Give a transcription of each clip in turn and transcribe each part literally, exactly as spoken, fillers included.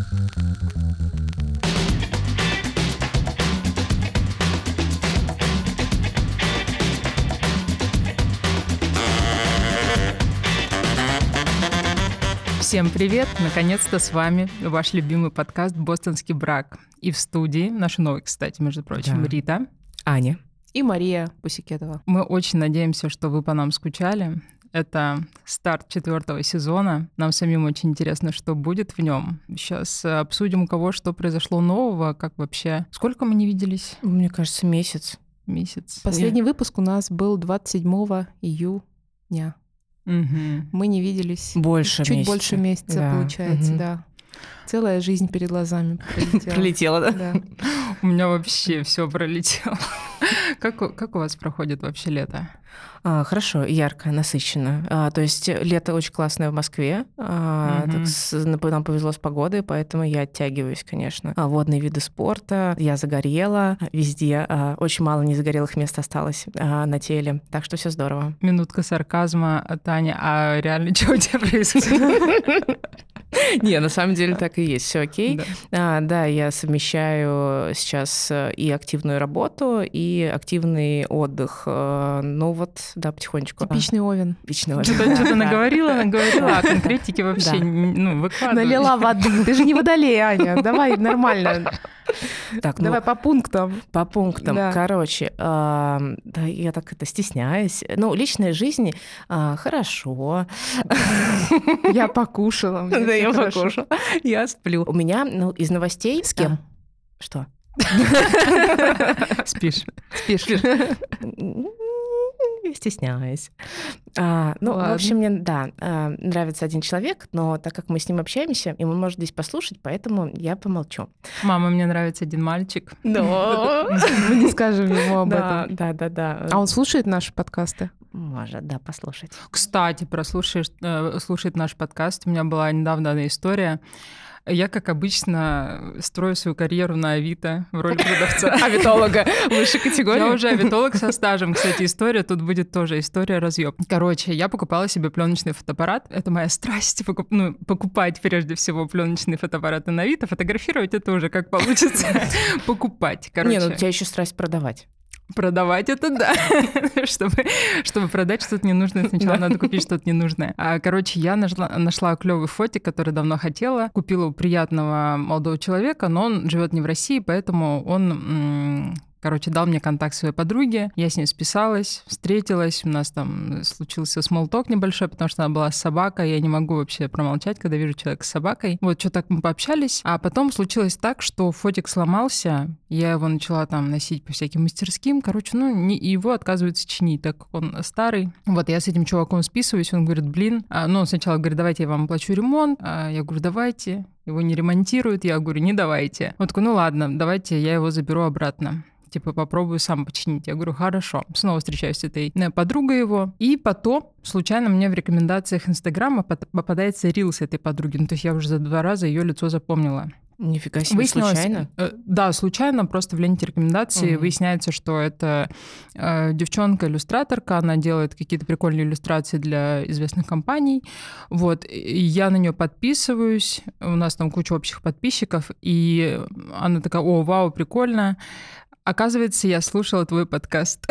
Всем привет! Наконец-то с вами ваш любимый подкаст «Бостонский брак». И в студии, наши новые, кстати, между прочим, да. Рита, Аня и Мария Пусикетова. Мы очень надеемся, что вы по нам скучали. Это старт четвертого сезона. Нам самим очень интересно, что будет в нем. Сейчас обсудим, у кого что произошло нового, как вообще. Сколько мы не виделись? Мне кажется, месяц. Месяц. Последний Я... выпуск у нас был двадцать седьмого июня. Угу. Мы не виделись. Больше Чуть месяца. больше месяца, да. Получается, угу. да. Целая жизнь перед глазами пролетела. Пролетела, да? Да. У меня вообще все пролетело. Как, как у вас проходит вообще лето? А, хорошо, ярко, насыщенно. А, то есть лето очень классное в Москве. А, угу. так с, нам повезло с погодой, поэтому я оттягиваюсь, конечно. А, водные виды спорта. Я загорела везде. А, очень мало незагорелых мест осталось а, на теле. Так что все здорово. Минутка сарказма от Ани. А реально, что у тебя происходит? Не, на самом деле так и есть, все окей. Да. А, да, я совмещаю сейчас и активную работу, и активный отдых. Ну вот, да, потихонечку. Типичный овен. Типичный овен. Что-то, что-то наговорила, наговорила, а конкретики вообще, да. ну, выкладывай. Налила воды. Ты же не водолей, Аня. Давай нормально. Так, Давай ну, по пунктам. По пунктам. Да. Короче, э, да, я так это стесняюсь. Ну, личная жизнь э, хорошо. Я покушала. Да, я покушала. Я сплю. У меня, ну, из новостей... С кем? Что? Спишь. Спишь. Стесняюсь. А, ну, Ладно. В общем, мне, да, нравится один человек, но так как мы с ним общаемся, и он может здесь послушать, поэтому я помолчу. Мама, мне нравится один мальчик. Но мы не скажем ему об этом. Да, да, да. А он слушает наши подкасты? Может, да, послушать. Кстати, прослушаешь, слушает наш подкаст. У меня была недавно одна история. Я, как обычно, строю свою карьеру на Авито в роли продавца. Авитолога высшей категории. Я уже авитолог со стажем. Кстати, история тут будет тоже история разъёб. Короче, я покупала себе пленочный фотоаппарат. Это моя страсть, покуп... ну, покупать прежде всего пленочные фотоаппараты на Авито. Фотографировать это уже как получится. Покупать, короче. Не, ну у тебя еще страсть продавать. Продавать это да. чтобы, чтобы продать что-то ненужное, сначала надо купить что-то ненужное. А, короче, я нашла, нашла клевый фотик, который давно хотела. Купила у приятного молодого человека, но он живет не в России, поэтому он... М- Короче, дал мне контакт своей подруги, я с ней списалась, встретилась, у нас там случился смолток небольшой, потому что она была с собакой, я не могу вообще промолчать, когда вижу человека с собакой. Вот, что так мы пообщались, а потом случилось так, что фотик сломался, я его начала там носить по всяким мастерским, короче, ну, не, его отказываются чинить, так как он старый. Вот, я с этим чуваком списываюсь, он говорит, блин, а, ну, он сначала говорит, давайте я вам оплачу ремонт, а я говорю, давайте, его не ремонтируют, я говорю, не давайте. Он такой, ну ладно, давайте я его заберу обратно. Типа, попробую сам починить. Я говорю, хорошо. Снова встречаюсь с этой подругой его. И потом случайно мне в рекомендациях Инстаграма попадается рилс этой подруги. Ну, то есть я уже за два раза ее лицо запомнила. Нифига себе, случайно? Э, да, случайно, просто в ленте рекомендаций угу. выясняется, что это э, девчонка-иллюстраторка, она делает какие-то прикольные иллюстрации для известных компаний. Вот, и я на нее подписываюсь, у нас там куча общих подписчиков, и она такая, о, вау, прикольно. Оказывается, я слушала твой подкаст.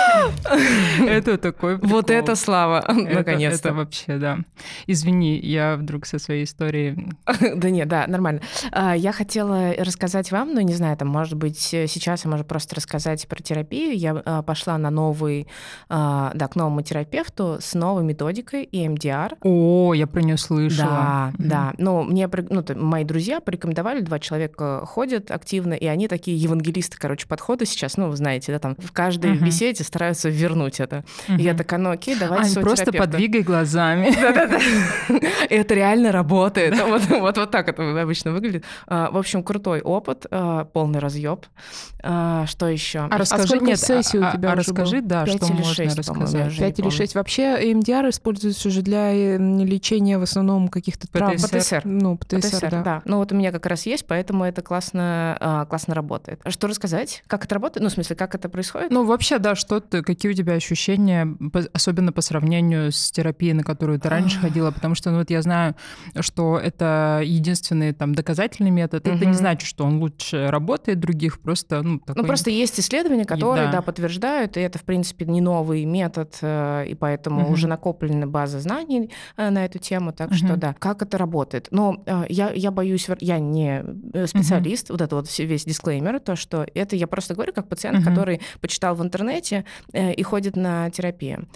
Это такой прикол. Вот это слава, наконец-то. Это вообще, да. Извини, я вдруг со своей историей... Да нет, да, нормально. Я хотела рассказать вам, ну, не знаю, там, может быть, сейчас я могу просто рассказать про терапию. Я пошла на новый, да, к новому терапевту с новой методикой и эм ди ар. О, я про нее слышала. Да, да. Ну, мне, ну, мои друзья порекомендовали, два человека ходят активно, и они такие евангелисты, короче, подходы сейчас, ну, вы знаете, да, там в каждой uh-huh. беседе стараются вернуть это. Uh-huh. И я такая, ну окей, давайте Ань, своего просто терапевта. подвигай глазами. Да-да-да. Это реально работает. Вот так это обычно выглядит. В общем, крутой опыт, полный разъеб. Что еще? А расскажи, нет, сессии у тебя расскажи, да, что можно рассказать. Пять или шесть. Вообще эм ди ар используется уже для лечения в основном каких-то травм. ПТСР. Ну, ПТСР, да. Ну вот у меня как раз есть, поэтому это классно классно работает. Что рассказать? Как это работает? Ну, в смысле, как это происходит? Ну, вообще, да, что ты, какие у тебя ощущения, особенно по сравнению с терапией, на которую ты раньше ходила? Потому что, ну, вот я знаю, что это единственный там доказательный метод. Это не значит, что он лучше работает других, просто, ну, такой... Ну, просто есть исследования, которые, да. да, подтверждают, и это, в принципе, не новый метод, и поэтому угу. уже накоплена база знаний на эту тему, так угу. что, да, как это работает. Но я, я боюсь, я не специалист, угу. вот это вот весь дисклеймер, то, что это я просто говорю как пациент, угу. который почитал в интернете и ходит на терапию.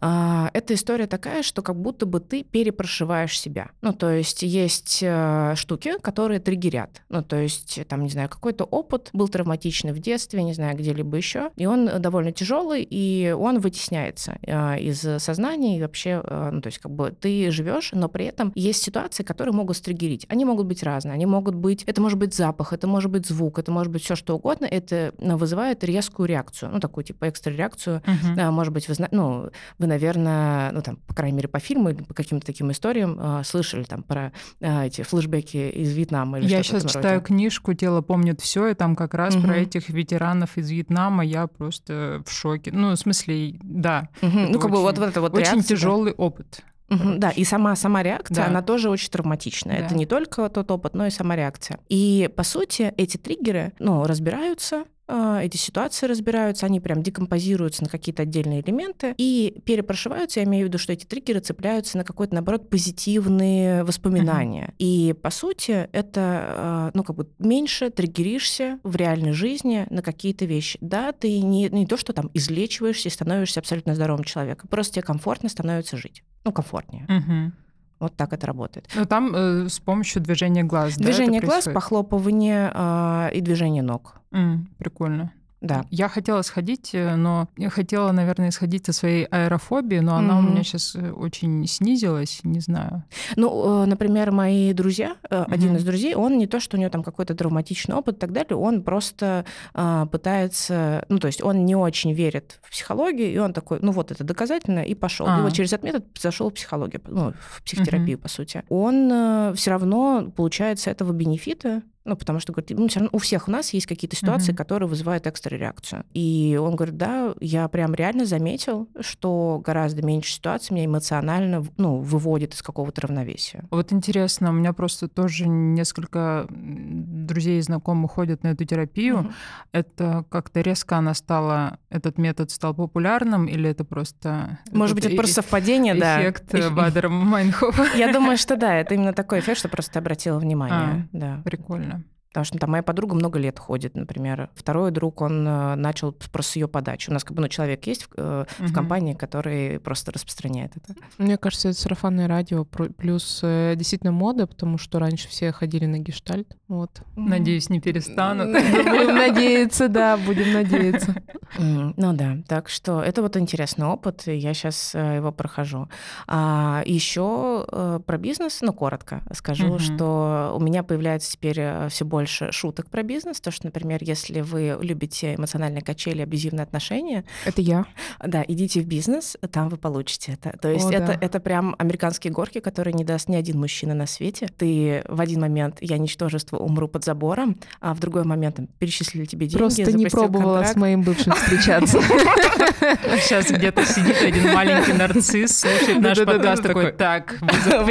Эта история такая, что как будто бы ты перепрошиваешь себя. Ну, то есть есть штуки, которые триггерят. Ну, то есть, там, не знаю, какой-то опыт был травматичный в детстве, не знаю, где-либо еще, и он довольно тяжелый, и он вытесняется из сознания, и вообще, ну, то есть, как бы ты живешь, но при этом есть ситуации, которые могут стриггерить. Они могут быть разные, они могут быть, это может быть запах, это может быть звук, это может быть все что угодно, это вызывает резкую реакцию, ну, такую, типа, экстра-реакцию. Uh-huh. Может быть, вы, ну, вы, наверное, ну, там, по крайней мере, по фильму или по каким-то таким историям слышали там про эти флешбеки из Вьетнама или я что-то сейчас читаю роде. Книжку «Тело помнит все», и там как раз uh-huh. про этих ветеранов из Вьетнама. Я просто в шоке. Ну, в смысле, да. Uh-huh. Ну, как бы вот, вот это вот очень реакция, тяжелый да. опыт. Угу, да, и сама, сама реакция, да. она тоже очень травматичная. Да. Это не только тот опыт, но и сама реакция. И, по сути, эти триггеры, ну, разбираются, эти ситуации разбираются, они прям декомпозируются на какие-то отдельные элементы и перепрошиваются. Я имею в виду, что эти триггеры цепляются на какой-то, наоборот, позитивные воспоминания. Uh-huh. И, по сути, это, ну, как бы меньше триггеришься в реальной жизни на какие-то вещи. Да, ты не, не то, что там излечиваешься и становишься абсолютно здоровым человеком, просто тебе комфортно становится жить. Ну, комфортнее. Uh-huh. Вот так это работает. Но там э, с помощью движения глаз, Движение да, глаз, похлопывание э, и движение ног. Mm, прикольно. Да. Я хотела сходить, но я хотела, наверное, сходить со своей аэрофобией, но она mm-hmm. у меня сейчас очень снизилась, не знаю. Ну, например, мои друзья, mm-hmm. один из друзей, он не то, что у него там какой-то травматичный опыт и так далее, он просто а, пытается, ну, то есть он не очень верит в психологию, и он такой, ну, вот это доказательно, и пошел. А. И вот через этот метод зашел в психологию, ну, в психотерапию, mm-hmm. по сути. Он а, все равно получает с этого бенефиты, ну, потому что, говорит, ну, все равно у всех у нас есть какие-то ситуации, uh-huh. которые вызывают экстра-реакцию. И он говорит, да, я прям реально заметил, что гораздо меньше ситуаций меня эмоционально, ну, выводит из какого-то равновесия. Вот интересно, у меня просто тоже несколько друзей и знакомых ходят на эту терапию. Uh-huh. Это как-то резко она стала, этот метод стал популярным, или это просто... Может быть, это просто совпадение, да. Эффект Бадера-Майнхофа. Я думаю, что да, это именно такой эффект, что просто обратила внимание. Да. Прикольно. Потому что там моя подруга много лет ходит, например. Второй друг, он начал просто с ее подачи. У нас как бы ну, человек есть в, uh-huh. в компании, который просто распространяет это. Мне кажется, это сарафанное радио плюс действительно мода, потому что раньше все ходили на гештальт. Вот. Надеюсь, не перестанут. Будем надеяться, да, будем надеяться. Ну да, так что это вот интересный опыт, и я сейчас его прохожу. А еще про бизнес, ну коротко скажу, что у меня появляется теперь все больше больше шуток про бизнес, то что, например, если вы любите эмоциональные качели, абьюзивные отношения... Это я. Да, идите в бизнес, там вы получите это. То есть О, это, да. это прям американские горки, которые не даст ни один мужчина на свете. Ты в один момент, я ничтожество, умру под забором, а в другой момент там, перечислили тебе деньги, просто не пробовала контракт. С моим бывшим встречаться. Сейчас где-то сидит один маленький нарцисс, слушает наш подкаст, такой, так, вызов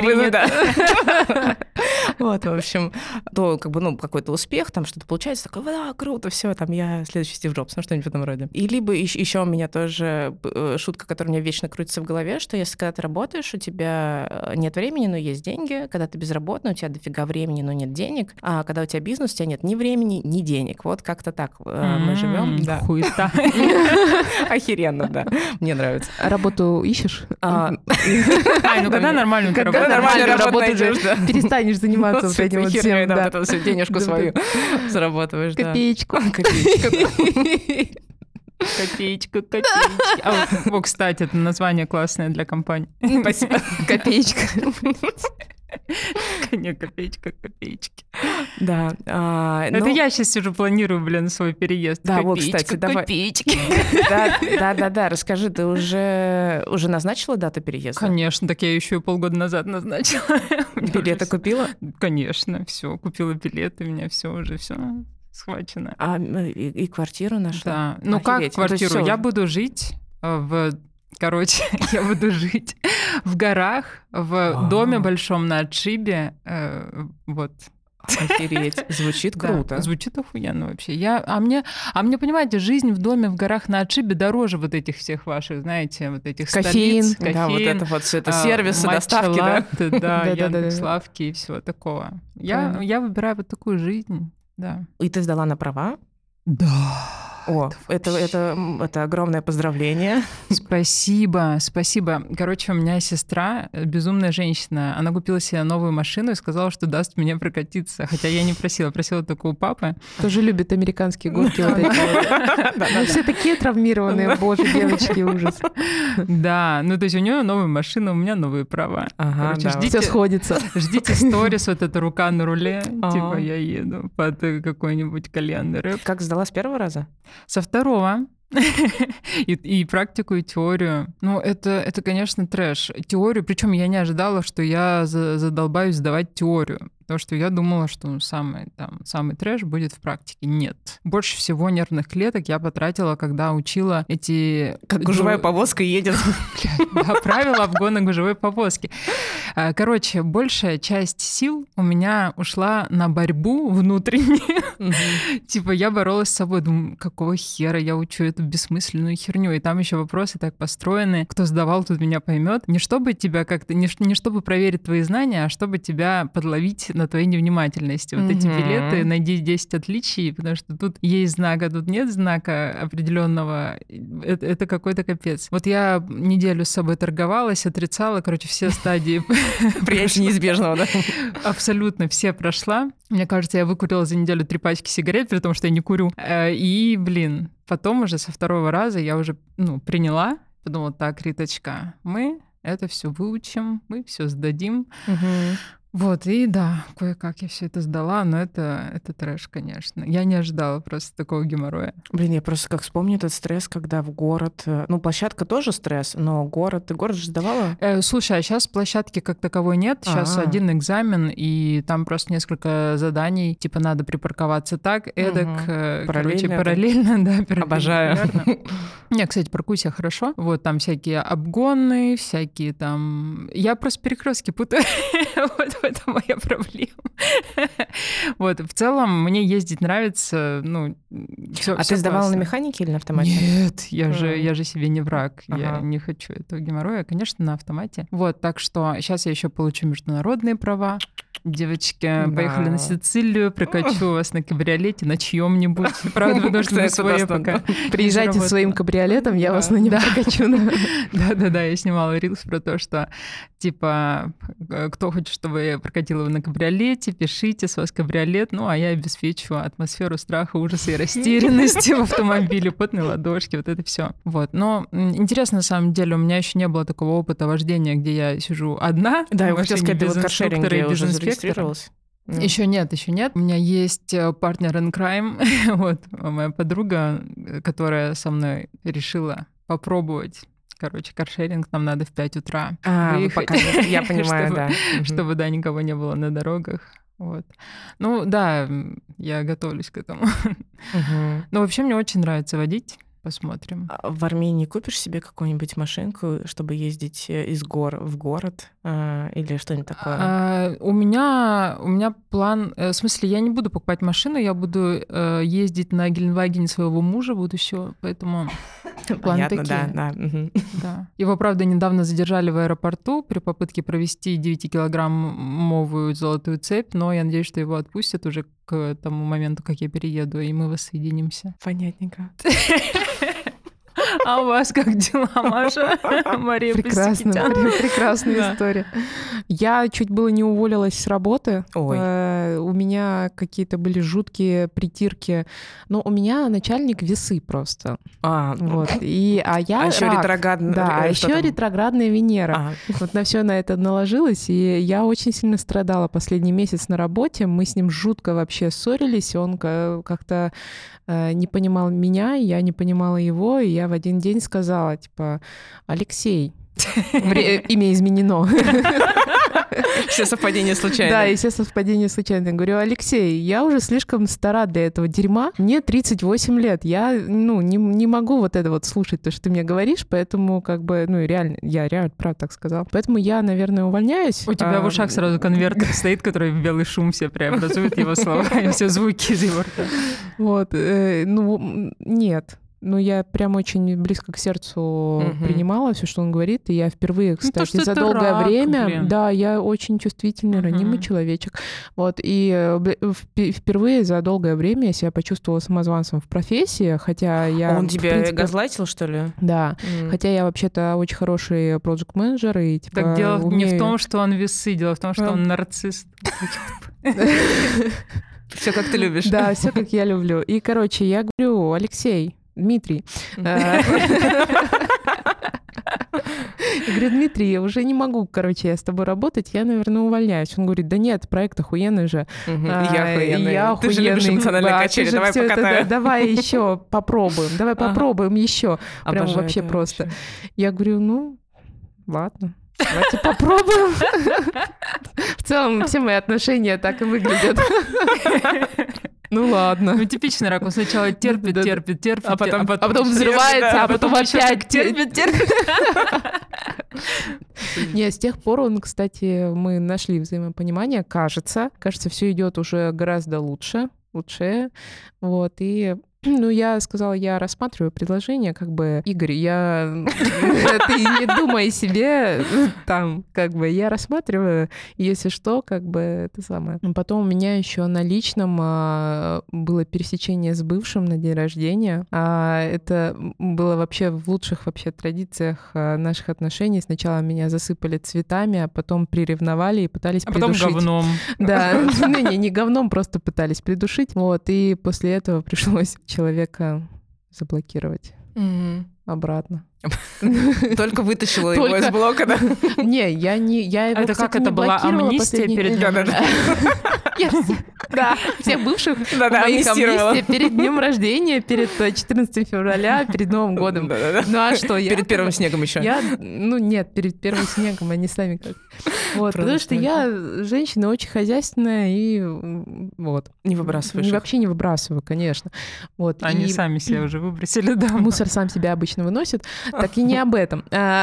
принят. Вот, в общем, то как бы, ну, какой какой-то успех, там что-то получается, такой, да, круто, все, там я следующий Стив Джобс, ну что-нибудь в этом роде. И либо еще у меня тоже шутка, которая у меня вечно крутится в голове, что если когда ты работаешь, у тебя нет времени, но есть деньги, когда ты безработный, у тебя дофига времени, но нет денег, а когда у тебя бизнес, у тебя нет ни времени, ни денег. Вот как-то так мы живем. Хуета. Охеренно, да. Мне нравится. Работу ищешь? Ай, ну когда нормальную работу? Когда нормальную работу уже перестанешь заниматься вот этим вот всем. Да, вот эту денежку свою заработаешь. Копеечку. Копеечку. Копеечка, копеечка. А вот, кстати, это название классное для компании. Спасибо. Копеечка. Не, копеечка, копеечки. Да. А, ну, ну, это я сейчас сижу, планирую, блин, свой переезд. Да, копеечка, вот, кстати, давай. Копеечки. Да, да, да, да. Расскажи, ты уже, уже назначила дату переезда? Конечно, так я еще и полгода назад назначила. Билеты купила? Конечно, все, купила билеты, у меня все уже, все. схвачена. А и, и квартиру нашла? Да. Ну Офигеть. как квартиру? Ну, я буду жить в... Короче, я буду жить в горах, в доме большом на отшибе. Э, вот. Охереть. Звучит круто. Да, звучит охуенно вообще. Я, а, мне, а мне, понимаете, жизнь в доме в горах на отшибе дороже вот этих всех ваших, знаете, вот этих кофеин. столиц. Кофеин. Да, вот это вот все это а, сервисы, доставки, латте, да? Да, Да-да-да. Яндекс.Лавки и всего такого. Я, я выбираю вот такую жизнь, да. И ты сдала на права? Да. О, это, это, это, это огромное поздравление. Спасибо, спасибо. Короче, у меня сестра, безумная женщина, она купила себе новую машину и сказала, что даст мне прокатиться. Хотя я не просила, просила только у папы. Тоже любит американские горки вот эти. Мы все такие травмированные, боже, девочки, ужас. Да, ну то есть у нее новая машина, у меня новые права. Ага, Короче, да. ждите, Все сходится. ждите сторис, вот эта рука на руле, типа я еду под какой-нибудь кальянный рэп. Как сдала с первого раза? Со второго. и, и практику, и теорию. Ну, это, это, конечно, трэш. Теорию, причем я не ожидала, что я за, задолбаюсь сдавать теорию. Потому что я думала, что ну, самый, там, самый трэш будет в практике. Нет. Больше всего нервных клеток я потратила, когда учила эти... Как гужевая повозка едет. Да, правила обгона гужевой повозки. Короче, большая часть сил у меня ушла на борьбу внутреннюю. Типа я боролась с собой, думаю, какого хера я учу эту бессмысленную херню. И там еще вопросы так построены. Кто сдавал, тут меня поймет. Не чтобы тебя как-то... Не, не чтобы проверить твои знания, а чтобы тебя подловить на твоей невнимательности. Вот эти билеты, найди десять отличий, потому что тут есть знак, а тут нет знака определенного. Это, это какой-то капец. Вот я неделю с собой торговалась, отрицала, короче, все стадии. Принятие неизбежного, да? Абсолютно все прошла. Мне кажется, я выкурила за неделю три пачки сигарет, при том, что я не курю. И, блин, потом уже со второго раза я уже, ну, приняла. Подумала, так, Риточка, мы это все выучим, мы все сдадим. Вот, и да, кое-как я все это сдала, но это, это трэш, конечно. Я не ожидала просто такого геморроя. Блин, я просто как вспомню этот стресс, когда в город... Ну, площадка тоже стресс, но город... Ты город же сдавала? Э, слушай, а сейчас площадки как таковой нет. Сейчас А-а. один экзамен, и там просто несколько заданий. Типа надо припарковаться так, эдак. Угу. Э, Параллельно, короче, параллельно, да. Обожаю. Не, кстати, паркуюсь я хорошо. Вот там всякие обгоны, всякие там... Я просто перекрестки путаю. Вот в этом моя проблема. Вот, в целом мне ездить нравится, ну, всё, А всё ты сдавала классно. на механике или на автомате? Нет, я же, А. я же себе не враг, я Ага. не хочу этого геморроя, конечно, на автомате. Вот, так что сейчас я еще получу международные права. Девочки, Да. поехали на Сицилию, прокачу вас на кабриолете, на чьем-нибудь. Правда, потому что вы Кстати, свои классно, пока. Приезжайте не своим кабриолетом, я Да. вас на нем Да. прокачу. да. Да-да-да, я снимала рилс про то, что, типа, э, кто хочет, чтобы я прокатила его на кабриолете, пишите, с вас кабриолет, ну, а я обеспечу атмосферу страха, ужаса и растерянности в автомобиле, потные ладошки, вот это все. Вот, но м, интересно, на самом деле, у меня еще не было такого опыта вождения, где я сижу одна, Да, я в хотела машине сказать, ты без вот инструктора и каршеринге без уже инспектора. зарегистрировалась? Ну. Еще нет, еще нет. У меня есть э, партнер in crime, вот, моя подруга, э, которая со мной решила попробовать. Короче, каршеринг нам надо в пять утра А, вы выехать, пока... Я понимаю, чтобы- да. Мгм. чтобы, да, никого не было на дорогах. Вот. Ну, да, м, я готовлюсь к этому. Мгм. Но вообще мне очень нравится водить. Посмотрим. А в Армении купишь себе какую-нибудь машинку, чтобы ездить э, из гор в город а, или что-нибудь такое? А, у меня у меня план, э, в смысле, я не буду покупать машину, я буду э, ездить на Геленвагене своего мужа будущего, поэтому планы Понятно, да, такие. да. Мгм. Да. Его, правда, недавно задержали в аэропорту при попытке провести девятикилограммовую золотую цепь, но я надеюсь, что его отпустят уже к тому моменту, как я перееду, и мы воссоединимся. Понятненько. А у вас как дела, Маша? Мария Прекрасно, Пасекитян? пре- прекрасная Да. история. Я чуть было не уволилась с работы. Ой. Э, У меня какие-то были жуткие притирки. Но у меня начальник весы просто. А, Вот. И, а я а еще рак. ретроградно. Да, а э, что еще там? ретроградная Венера. А, Вот на все на это наложилось, и я очень сильно страдала последний месяц на работе. Мы с ним жутко вообще ссорились, он ка- как-то э, не понимал меня, я не понимала его, и я в один день сказала, типа, Алексей, вре- имя изменено. Все совпадения случайные. Да, и все совпадения случайные. Говорю, Алексей, я уже слишком стара для этого дерьма. Мне тридцать восемь лет. Я, ну, не, не могу вот это вот слушать, то, что ты мне говоришь, поэтому как бы, ну, реально, я реально правда так сказала. Поэтому я, наверное, увольняюсь. У тебя а... в ушах сразу конвертер стоит, который в белый шум все преобразует его слова и все звуки из его рта. Вот, э, ну, нет. Ну, я прям очень близко к сердцу uh-huh. принимала все, что он говорит. И я впервые, кстати, ну, то, за долгое рак, время... Блин. Да, я очень чувствительный, uh-huh. ранимый человечек. Вот, и впервые за долгое время я себя почувствовала самозванцем в профессии, хотя я... Он тебя принципе... газлайтил, что ли? Да. Mm. Хотя я вообще-то очень хороший проджект-менеджер. И, типа, так дело умею... не в том, что он весы, дело в том, что он нарцисс. Все как ты любишь. Да, все как я люблю. И, короче, я говорю, Алексей, Дмитрий. Я говорю, Дмитрий, я уже не могу, короче, я с тобой работать, я, наверное, увольняюсь. Он говорит, да нет, проект охуенный же. Я охуенный. Я Ты же любишь эмоциональные качели, давай покатаем. Давай еще попробуем, давай попробуем еще. Прям вообще просто. Я говорю, ну, ладно. Давайте попробуем. В целом, все мои отношения так и выглядят. Ну ладно. Ну, типичный рак. Он сначала терпит, да, терпит, терпит, а потом, а потом, а потом взрывается, да, а потом, потом опять терпит, терпит. Не, с тех пор он, кстати, мы нашли взаимопонимание, кажется. Кажется, все идет уже гораздо лучше, лучше. Вот, и... Ну, я сказала, я рассматриваю предложение, как бы, Игорь, я... Ты не думай себе, там, как бы, я рассматриваю, если что, как бы, это самое. Потом у меня еще на личном было пересечение с бывшим на день рождения. Это было вообще в лучших вообще традициях наших отношений. Сначала меня засыпали цветами, а потом приревновали и пытались придушить. А потом говном. Да, не, не говном, просто пытались придушить. Вот, и после этого пришлось человека заблокировать mm-hmm. обратно. Только вытащила его из блока, да? Не, я не... Я его, это кстати, как это была амнистия перед днем рождения? Да, всех бывших моих амнистия перед днем рождения, перед четырнадцатого февраля, перед Новым годом. Ну а что? Перед первым снегом еще? Я, ну нет, перед первым снегом, они сами как. Вот, потому что я женщина очень хозяйственная и вот. Не выбрасываешь? Вообще не выбрасываю, конечно. Вот. Они сами себя уже выбросили, да. Мусор сам себя обычно выносит. Так и не об этом.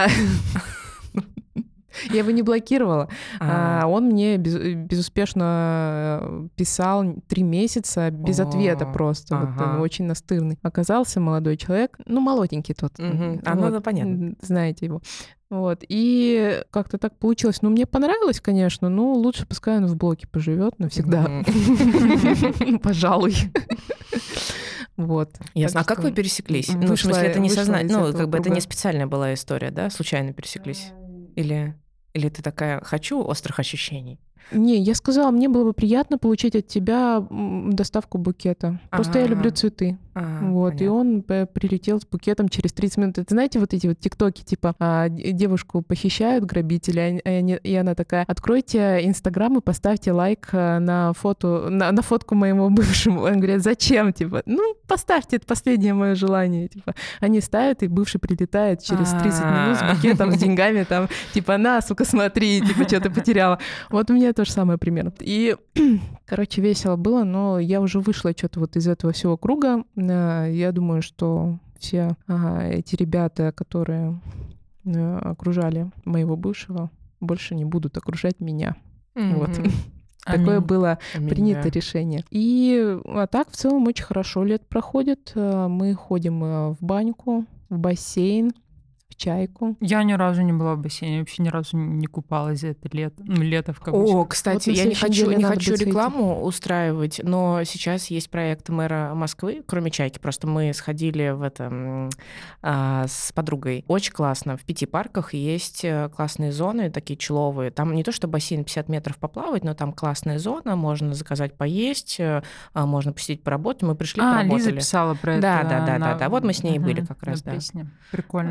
Я его не блокировала. А, он мне без, безуспешно писал три месяца без О, ответа просто. Ага. Вот он очень настырный. Оказался молодой человек, ну, молоденький тот. Угу. А, вот, ну, понятно. Знаете его. Вот. И как-то так получилось. Ну, мне понравилось, конечно, но лучше пускай он в блоке поживет навсегда. Пожалуй. Вот. Ясно. А как вы пересеклись? Ну, в смысле, это не сознательно, ну, как бы это не специальная была история, да? Случайно пересеклись? Или... Или ты такая, хочу острых ощущений? Не, я сказала, мне было бы приятно получить от тебя доставку букета. Просто А-а-а. я люблю цветы. А-а-а, вот, понятно. И он прилетел с букетом через тридцать минут. Это знаете, вот эти вот тиктоки, типа, а, девушку похищают грабители, а, и она такая, откройте Инстаграм и поставьте лайк на фото, на, на фотку моему бывшему. Он говорит, зачем? Типа, ну, поставьте, это последнее мое желание. Типа, они ставят, и бывший прилетает через тридцать минут с букетом, с деньгами, там, типа, на, сука, смотри, типа, что ты потеряла. Вот у меня то же самое примерно. И, короче, весело было, но я уже вышла что-то вот из этого всего круга. Я думаю, что все ага, эти ребята, которые окружали моего бывшего, больше не будут окружать меня. Mm-hmm. Вот. Такое было Аминь, принято да. решение. И а так в целом очень хорошо лет проходит. Мы ходим в баньку, в бассейн, в чайку. Я ни разу не была в бассейне, вообще ни разу не купалась за это лето. Ну, лето в кавычках. О, кстати, вот я не хочу, не хочу рекламу устраивать, но сейчас есть проект мэра Москвы, кроме чайки. Просто мы сходили в это а, с подругой. Очень классно. В пяти парках есть классные зоны, такие человые. Там не то, что бассейн пятьдесят метров поплавать, но там классная зона, можно заказать поесть, можно посидеть, поработать. Мы пришли, а, поработали. Лиза писала про это. Да, да, да, на... да, да. Вот мы с ней угу, были как раз, да. Песне. Прикольно. А,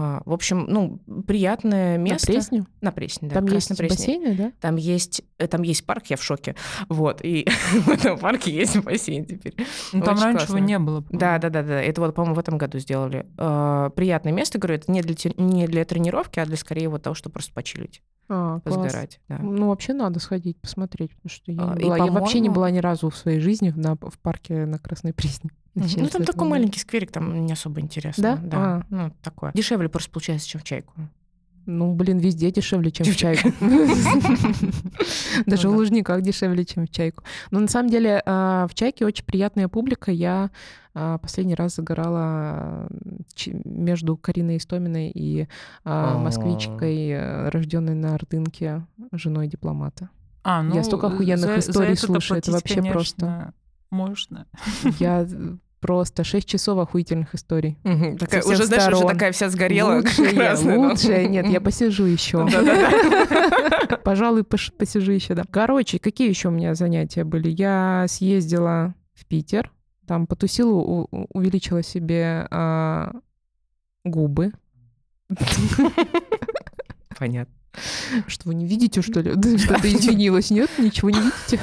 А, в общем, ну, приятное место. На Пресню? На Пресне, да. Там есть Красной Пресне. бассейны, да? Там есть, э, там есть парк, я в шоке. Вот, и в этом парке есть бассейн теперь. Ну, там Очень раньше его классно. не было. по-моему. Да, да, да, да. Это вот, по-моему, в этом году сделали. Э, Приятное место, говорю, это не для, те- не для тренировки, а для скорее вот того, чтобы просто почилить, А, класс. позагорать. Да. Ну, вообще надо сходить, посмотреть, потому что я, А, не и, была. Я вообще не по-моему- была ни разу в своей жизни на, в парке на Красной Пресне. Ну, Начнём с там этого, такой да. маленький скверик, там не особо интересно. Да? А. Ну, такое. Дешевле просто получается, чем в Чайку. Ну, блин, везде дешевле, чем в Чайку. Даже Ну в да. Лужниках дешевле, чем в Чайку. Но на самом деле а, в Чайке очень приятная публика. Я а, последний раз загорала ч- между Кариной Истоминой и а, О. москвичкой, рожденной на Ордынке, женой дипломата. А, ну, Я столько охуенных за- за историй это-то слушаю, это платить, вообще конечно, просто. Можно. Я просто шесть часов охуительных историй. Мгм. Такая, всех уже, знаешь, уже сторон. такая вся сгорела. Лучшее, красная, да. лучшее. Нет, я посижу еще. Да-да-да. Пожалуй, пош- посижу еще, да. Короче, какие еще у меня занятия были? Я съездила в Питер, там потусила, у- у- увеличила себе а, губы. Понятно. Что, вы не видите, что ли? Да, Что-то изменилось, нет? Ничего не видите?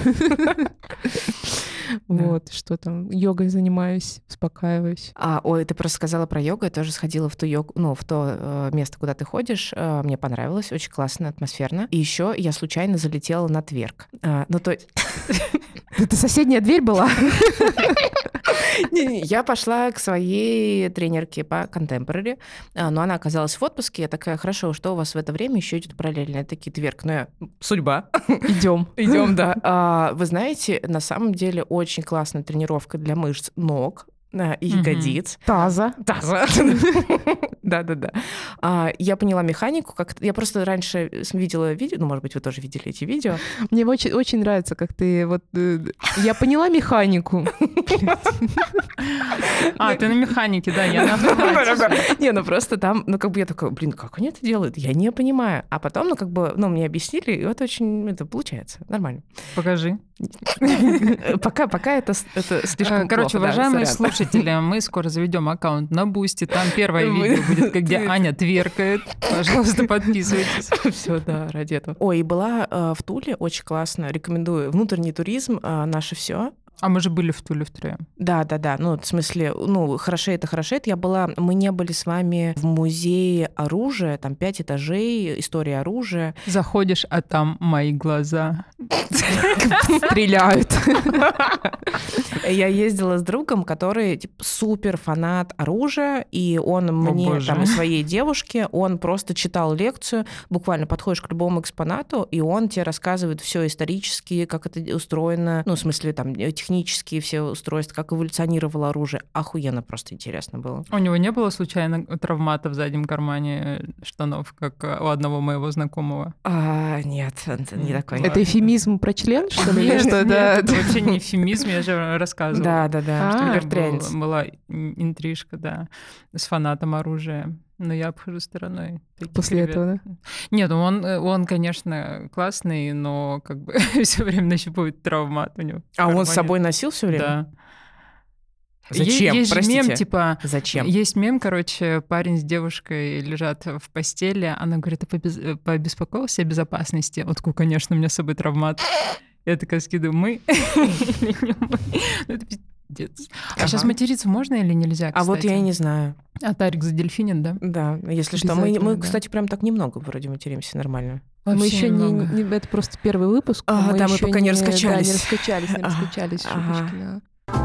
Вот, что там, йогой занимаюсь, успокаиваюсь. А, ой, ты просто сказала про йогу, я тоже сходила в ту йогу, ну, в то э, место, куда ты ходишь, э, мне понравилось, очень классно, атмосферно. И еще я случайно залетела на тверк. А, ну, то есть... Это соседняя дверь была? Не-не, я пошла к своей тренерке по контемпорари, а, но она оказалась в отпуске. Я такая, хорошо, что у вас в это время еще идет параллельно? Я такие, тверк, ну я, судьба. Идем. Идем, да. А, вы знаете, на самом деле очень классная тренировка для мышц ног а, и Мгм. ягодиц. Таза. Таза. Да-да-да. А, Я поняла механику, как я просто раньше с- видела видео, ну, может быть, вы тоже видели эти видео. Мне очень, очень нравится, как ты вот... э, Я поняла механику. А, ты на механике, да, я на автомате. Не, ну просто там, ну как бы я такая, блин, как они это делают? Я не понимаю. А потом, ну как бы, ну мне объяснили, и вот очень, это получается, нормально. Покажи. Пока, пока это, с- это слишком Э, Короче, плохо, да, уважаемые сорян. слушатели, мы скоро заведем аккаунт на Бусти. Там первое видео будет, где Аня тверкает. Пожалуйста, подписывайтесь. Все, да, ради этого. Ой, и была э, в Туле, очень классно, рекомендую. Внутренний туризм, э, наше все. А мы же были в Туле втроем. Да, да, да. Ну, в смысле, ну, хорошеет и хорошеет. Я была, мы не были с вами в музее оружия, там пять этажей, история оружия. Заходишь, а там мои глаза. Стреляют. Я ездила с другом, который типа, супер фанат оружия, и он мне, боже. там, и своей девушке, он просто читал лекцию, буквально подходишь к любому экспонату, и он тебе рассказывает все исторически, как это устроено, ну, в смысле, там, технические все устройства, как эволюционировало оружие. Охуенно просто интересно было. У него не было случайно травмата в заднем кармане штанов, как у одного моего знакомого? А, нет, это не такой. Это эфемизм про член, что ли? или Нет, что? нет, Да. это вообще не эфемизм, я же рассказывала. Да, да, да. А, что У меня либертарианец. был- была ин- интрижка, да, с фанатом оружия. Но я обхожу стороной. таких После ребят. этого, да? Нет, ну он, э, он, конечно, классный, но как бы все время нащупывает травмат у него. в А он с кармане. собой носил все время? Да. Зачем? Е- Есть же Простите. мем, типа, Зачем? есть мем, короче, парень с девушкой лежат в постели, она говорит, ты побез- побеспокоился о безопасности? Он такой, конечно, у меня с собой травмат. Я такая скидываю, мы или не мы? Ну, это пиздец. А Ага. сейчас материться можно или нельзя, А вот кстати? я и не знаю. А Тарик задельфинен, да? Да, если что. Мы, Обязательно, мы, да. кстати, прям так немного вроде материмся нормально. Мы Вообще еще не, немного. не- это просто первый выпуск. А, мы да, мы ещё пока не Да, раскачались. не раскачались, не А, раскачались. ага. шуточки, да.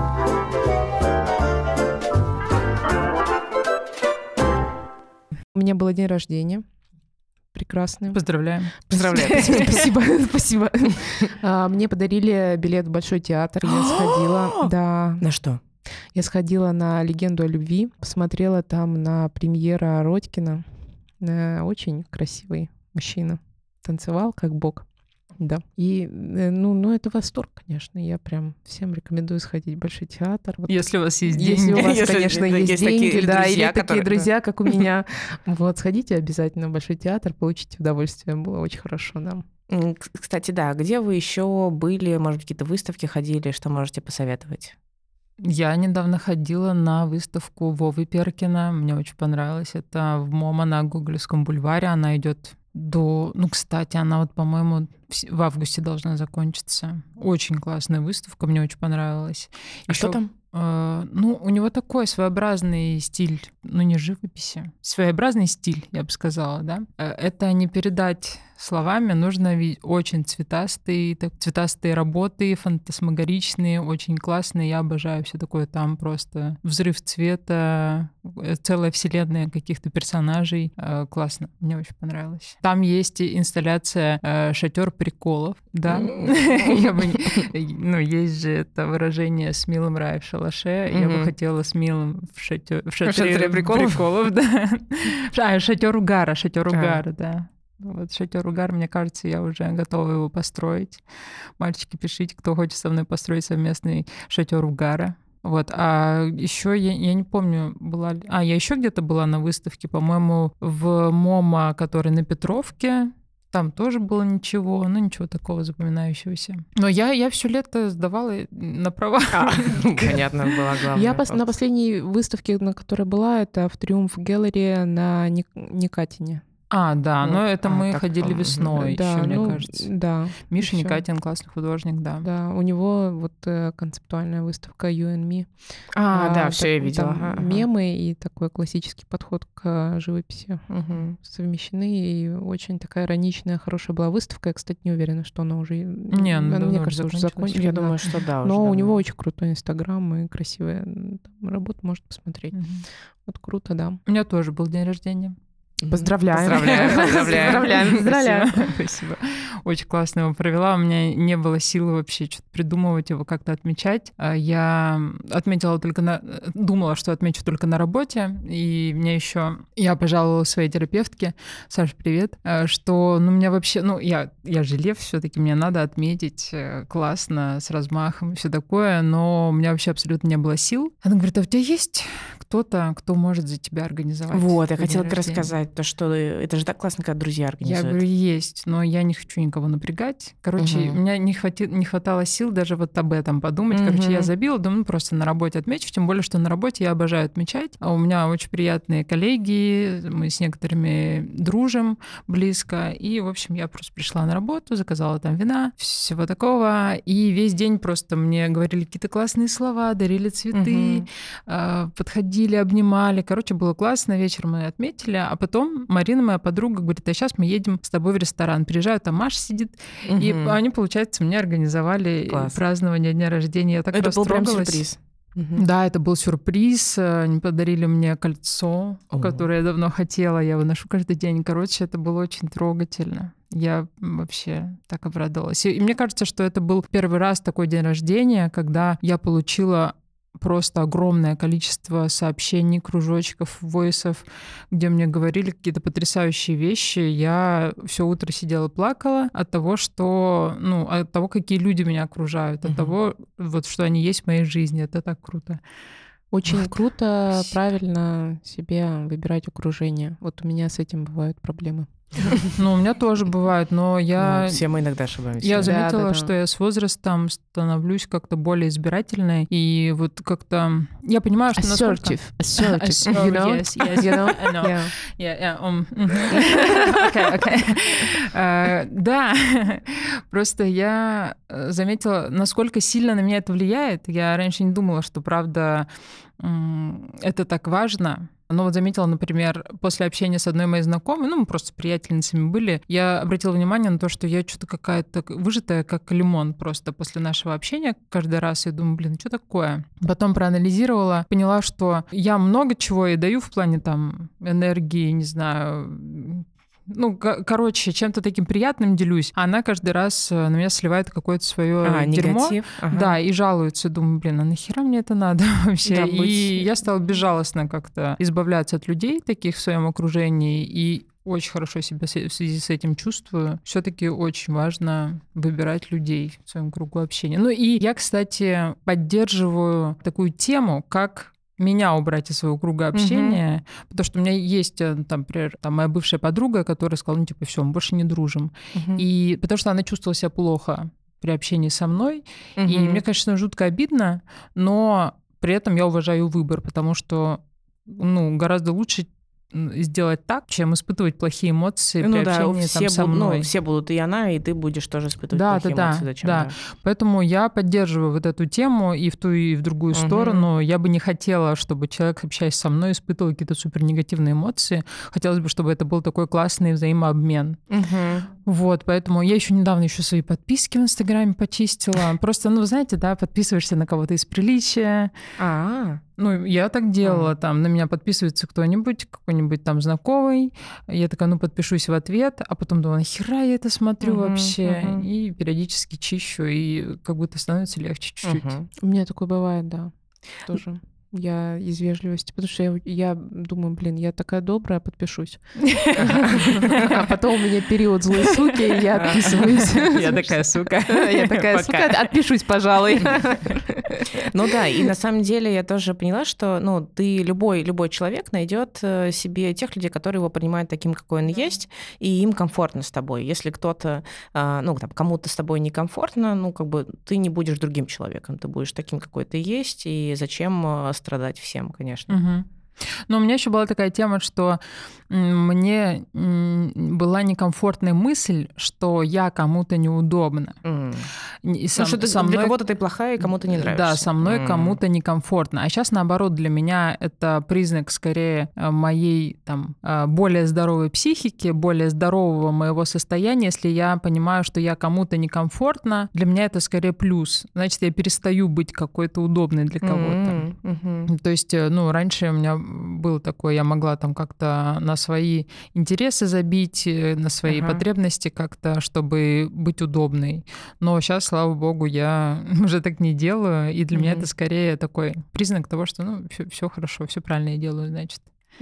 У меня был день рождения. Прекрасный. Поздравляем. Поздравляю. Спасибо, спасибо. А, Мне подарили билет в Большой театр, я сходила. Да, На что? я сходила на «Легенду о любви», посмотрела там на премьера Родькина. Э, Очень красивый мужчина. Танцевал как бог. Да. И, э, ну, ну, это восторг, конечно. Я прям всем рекомендую сходить в Большой театр. Вот Если у вас есть если у деньги. вас, Если конечно, есть есть такие деньги, или да, друзья, или такие которые- друзья, как у меня. Вот, сходите обязательно в Большой театр, получите удовольствие. Было очень хорошо, да. М, к- Кстати, да, где вы еще были, может быть, какие-то выставки ходили, что можете посоветовать? Я недавно ходила на выставку Вовы Перкина. Мне очень понравилось. Это в МОМА на Гоголевском бульваре. Она идет до... Ну, кстати, она вот, по-моему, в августе должна закончиться. Очень классная выставка, мне очень понравилась. А что там? Э, ну, у него такой своеобразный стиль, ну, не живописи, своеобразный стиль, я бы сказала, да. Э, Это не передать словами, нужно видеть очень цветастые, так, цветастые работы, фантасмагоричные, очень классные. Я обожаю все такое. Там просто взрыв цвета, э, целая вселенная каких-то персонажей. Э, Классно, мне очень понравилось. Там есть и инсталляция э, «Шатер приколов», да. Я бы не- Ну, есть же это выражение «с милым рай в шалаше». Я бы Мгм. хотела с милым в шатё- в шатре шатре приколов? приколов, да. А, шатер угара, шатер А. угара, да. Вот шатер угар, мне кажется, я уже готова его построить. Мальчики, пишите, кто хочет со мной построить совместный шатер угара. Вот, а еще я, я не помню, была ли... А, я еще где-то была на выставке, по-моему, в МОМА, который на Петровке. Там тоже было ничего, ну ничего такого запоминающегося. Но я, я все лето сдавала на права. А, понятно, была главная. Я пос- на последней выставке, на которой была, это в Триумф Галере на Ник- Никатине. А, да, Вот. но это А, мы так, ходили мгм. весной да, еще, мне ну, кажется. Да. Миша всё. Никатин, классный художник, да. Да, у него вот э, концептуальная выставка You and Me. А, да, А, все я так- видела. Там Ага, ага. мемы и такой классический подход к живописи Мгм. совмещены. И очень такая ироничная, хорошая была выставка. Я, кстати, не уверена, что она уже... Не, она она, давно мне уже кажется, уже закончилась. закончилась. Я да. думаю, что да, уже Но у давно. него очень крутой инстаграм и красивая м, там работа, можно посмотреть. Мгм. Вот круто, да. У меня тоже был день рождения. Мгм. Поздравляем. Поздравляем, поздравляем. Поздравляем, поздравляем. Спасибо, спасибо. Очень классно его провела. У меня не было силы вообще что-то придумывать, его как-то отмечать. А Я отметила только на... Думала, что отмечу только на работе. И мне еще... Я пожаловала своей терапевтке, Саша, привет, э, что, ну, меня вообще... Ну, я, я же лев все таки мне надо отметить э, классно, с размахом и все такое, но у меня вообще абсолютно не было сил. Она говорит, а у тебя есть кто-то, кто может за тебя организовать? Вот, я твой хотела день как раз рождения?» сказать, то, что это же так классно, когда друзья Я организуют. говорю, есть, но я не хочу никого напрягать. Короче, Мгм. у меня не, хвати... не хватало сил даже вот об этом подумать. Короче, я Мгм. забила, думаю, ну, просто на работе отмечу. Тем более, что на работе я обожаю отмечать. А у меня очень приятные коллеги, мы с некоторыми дружим близко. И, в общем, я просто пришла на работу, заказала там вина, всего такого. И весь день просто мне говорили какие-то классные слова, дарили цветы, Мгм. а, подходили, обнимали. Короче, было классно, вечером мы отметили. А потом Марина, моя подруга, говорит, а сейчас мы едем с тобой в ресторан. Приезжаю, там Маша сидит, и Мгм. они, получается, мне организовали Класс. празднование дня рождения. Я так Это был прям растрогалась. сюрприз. Мгм. Да, это был сюрприз. Они подарили мне кольцо, О. которое я давно хотела. Я его ношу каждый день. Короче, это было очень трогательно. Я вообще так обрадовалась. И мне кажется, что это был первый раз такой день рождения, когда я получила просто огромное количество сообщений, кружочков, войсов, где мне говорили какие-то потрясающие вещи. Я все утро сидела, плакала от того, что, ну, от того, какие люди меня окружают, от Мгм. того, вот, что они есть в моей жизни. Это так круто. Очень Вот. круто, Спасибо. правильно себе выбирать окружение. Вот у меня с этим бывают проблемы. Ну, у меня тоже бывает, но я... Ну, все мы иногда ошибаемся. Я Да, заметила, да, да. что я с возрастом становлюсь как-то более избирательной, и вот как-то я понимаю, что насколько... Assertive, assertive, Assertive, you know? yes, yes, You know? I know. Yeah. Yeah, yeah, um, мгм. Okay, okay. Э, Да, просто я э, заметила, насколько сильно на меня это влияет. Я раньше не думала, что, правда, м, это так важно. Но вот заметила, например, после общения с одной моей знакомой, ну, мы просто приятельницами были, я обратила внимание на то, что я что-то какая-то выжатая, как лимон просто после нашего общения каждый раз. Я думаю, блин, что такое? Потом проанализировала, поняла, что я много чего и даю в плане там энергии, не знаю, ну, ко- короче, чем-то таким приятным делюсь, а она каждый раз э, на меня сливает какое-то свое А, дерьмо. негатив. Ага. Да, и жалуется. Думаю, блин, а нахера мне это надо вообще? Да, И быть- я стала безжалостно как-то избавляться от людей таких в своем окружении, и очень хорошо себя с- в связи с этим чувствую. Все-таки очень важно выбирать людей в своем кругу общения. Ну и я, кстати, поддерживаю такую тему, как меня убрать из своего круга общения, потому что у меня есть, э, там, например, там, моя бывшая подруга, которая сказала, ну, типа, все, мы больше не дружим. Мгм. И потому что она чувствовала себя плохо при общении со мной. И Мгм. мне, конечно, жутко обидно, но при этом я уважаю выбор, потому что, ну, гораздо лучше сделать так, чем испытывать плохие эмоции ну, при да, общении все там, со будут, мной. Ну, все будут, и она, и ты будешь тоже испытывать да, плохие да, эмоции. Да, Зачем? да. Да. Поэтому я поддерживаю вот эту тему и в ту, и в другую Угу. сторону. Я бы не хотела, чтобы человек, общаясь со мной, испытывал какие-то супер негативные эмоции. Хотелось бы, чтобы это был такой классный взаимообмен. Угу. Вот, поэтому я еще недавно еще свои подписки в Инстаграме почистила. Просто, ну, знаете, да, подписываешься на кого-то из приличия. А-а-а. Ну, я так делала, там, на меня подписывается кто-нибудь, какой-нибудь там знакомый, я такая, ну, подпишусь в ответ, а потом думаю, нахера я это смотрю uh-huh, вообще, uh-huh. и периодически чищу, и как будто становится легче чуть-чуть. Uh-huh. У меня такое бывает, да, тоже. Я из вежливости, потому что я, я думаю, блин, я такая добрая, подпишусь. А потом у меня период злой суки, и я отписываюсь. Я такая сука. Я такая сука, отпишусь, пожалуй. Ну да, и на самом деле я тоже поняла, что ну, ты любой, любой человек найдет себе тех людей, которые его принимают таким, какой он есть, и им комфортно с тобой. Если кто-то, ну, там, кому-то с тобой некомфортно, ну, как бы ты не будешь другим человеком, ты будешь таким, какой ты есть, и зачем страдать всем, конечно. Угу. Но у меня еще была такая тема, что мне была некомфортная мысль, что я кому-то неудобна. Mm. И сам, ну, что ты, со мной... Для кого-то ты плохая, и кому-то не нравишься. Да, со мной mm. кому-то некомфортно. А сейчас, наоборот, для меня это признак скорее моей там, более здоровой психики, более здорового моего состояния. Если я понимаю, что я кому-то некомфортна, для меня это скорее плюс. Значит, я перестаю быть какой-то удобной для кого-то. Mm-hmm. То есть, ну, раньше у меня было такое, я могла там как-то на свои интересы забить, на свои ага. потребности как-то, чтобы быть удобной. Но сейчас, слава богу, я уже так не делаю, и для угу. меня это скорее такой признак того, что ну все хорошо, все правильно я делаю, значит.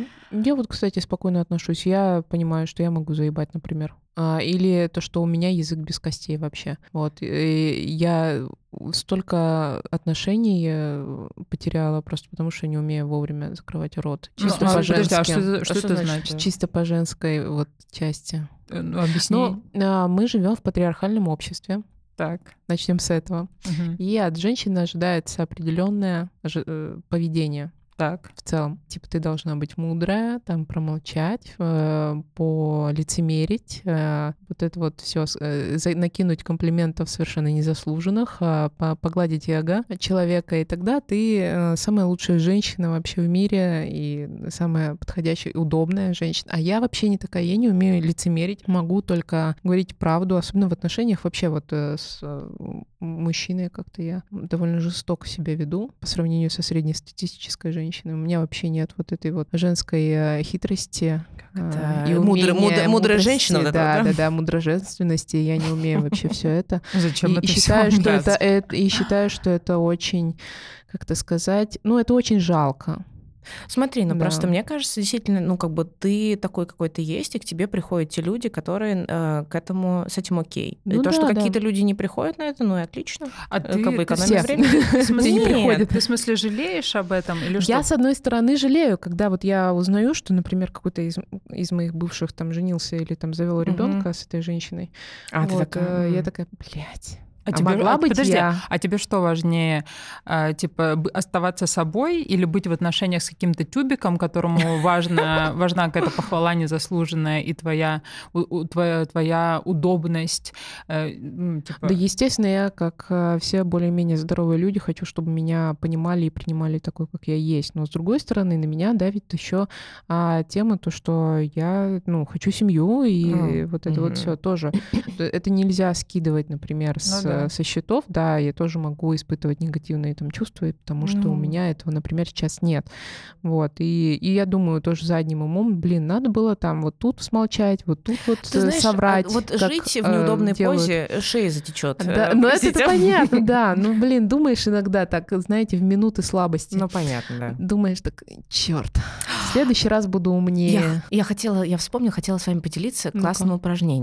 Я вот, кстати, спокойно отношусь. Я понимаю, что я могу заебать, например. Или то, что у меня язык без костей вообще. Вот. И я столько отношений потеряла просто потому, что не умею вовремя закрывать рот. Чисто ну, по а, женски. Подожди, а что, что, что это значит? значит? Чисто по женской вот части. Ну, объясни. Ну, мы живем в патриархальном обществе. Так. Начнем с этого. Угу. И от женщины ожидается определенное поведение. Так. В целом, типа, ты должна быть мудрая, там, промолчать, э, полицемерить, э, вот это вот все, э, накинуть комплиментов совершенно незаслуженных, э, погладить эго человека, и тогда ты э, самая лучшая женщина вообще в мире и самая подходящая, удобная женщина. А я вообще не такая, я не умею лицемерить, могу только говорить правду, особенно в отношениях вообще вот э, с э, мужчиной как-то я довольно жестоко себя веду по сравнению со среднестатистической женщиной. У меня вообще нет вот этой вот женской э, хитрости. Э, и мудрая, мудр, мудрая женщина. Да, вот это, да, да, да, мудроженственности. Я не умею вообще все это. Зачем и, это и считаю, все что это, это, и считаю, что это очень, как это сказать, ну, это очень жалко. Смотри, ну да. просто мне кажется, действительно, ну как бы ты такой, какой ты есть, и к тебе приходят те люди, которые э, к этому, с этим окей. Ну, и то, да, что да. какие-то люди не приходят на это, ну и отлично. А ты, как бы экономия времени. В смысле не приходят? Ты в смысле жалеешь об этом? Или что? Я, с одной стороны, жалею, когда вот я узнаю, что, например, какой-то из, из моих бывших там женился или там завел ребенка с этой женщиной. А вот, ты такая? Я такая, блядь. А, а тебе, могла а, быть подожди, я? А тебе что важнее, а, типа оставаться собой или быть в отношениях с каким-то тюбиком, которому важна, важна какая-то похвала незаслуженная и твоя, у, твоя, твоя удобность? Э, ну, типа... Да, естественно, я, как все более-менее здоровые люди, хочу, чтобы меня понимали и принимали такой, как я есть. Но, с другой стороны, на меня давит еще а, тема, то, что я ну, хочу семью, и mm. вот это mm-hmm. вот все тоже. Это нельзя скидывать, например, с... Ну, да. со счетов, да, я тоже могу испытывать негативные там чувства, потому что mm. у меня этого, например, сейчас нет. Вот. И, и я думаю, тоже задним умом, блин, надо было там вот тут смолчать, вот тут вот Ты знаешь, соврать. Вот как, жить в неудобной э, позе шея затечет. Да, ну это понятно, да. Ну, блин, думаешь иногда так, знаете, в минуты слабости. Ну, понятно, да. Думаешь так, черт, в следующий раз буду умнее. Я, я хотела, я вспомнила, хотела с вами поделиться классным Ну-ка. упражнением.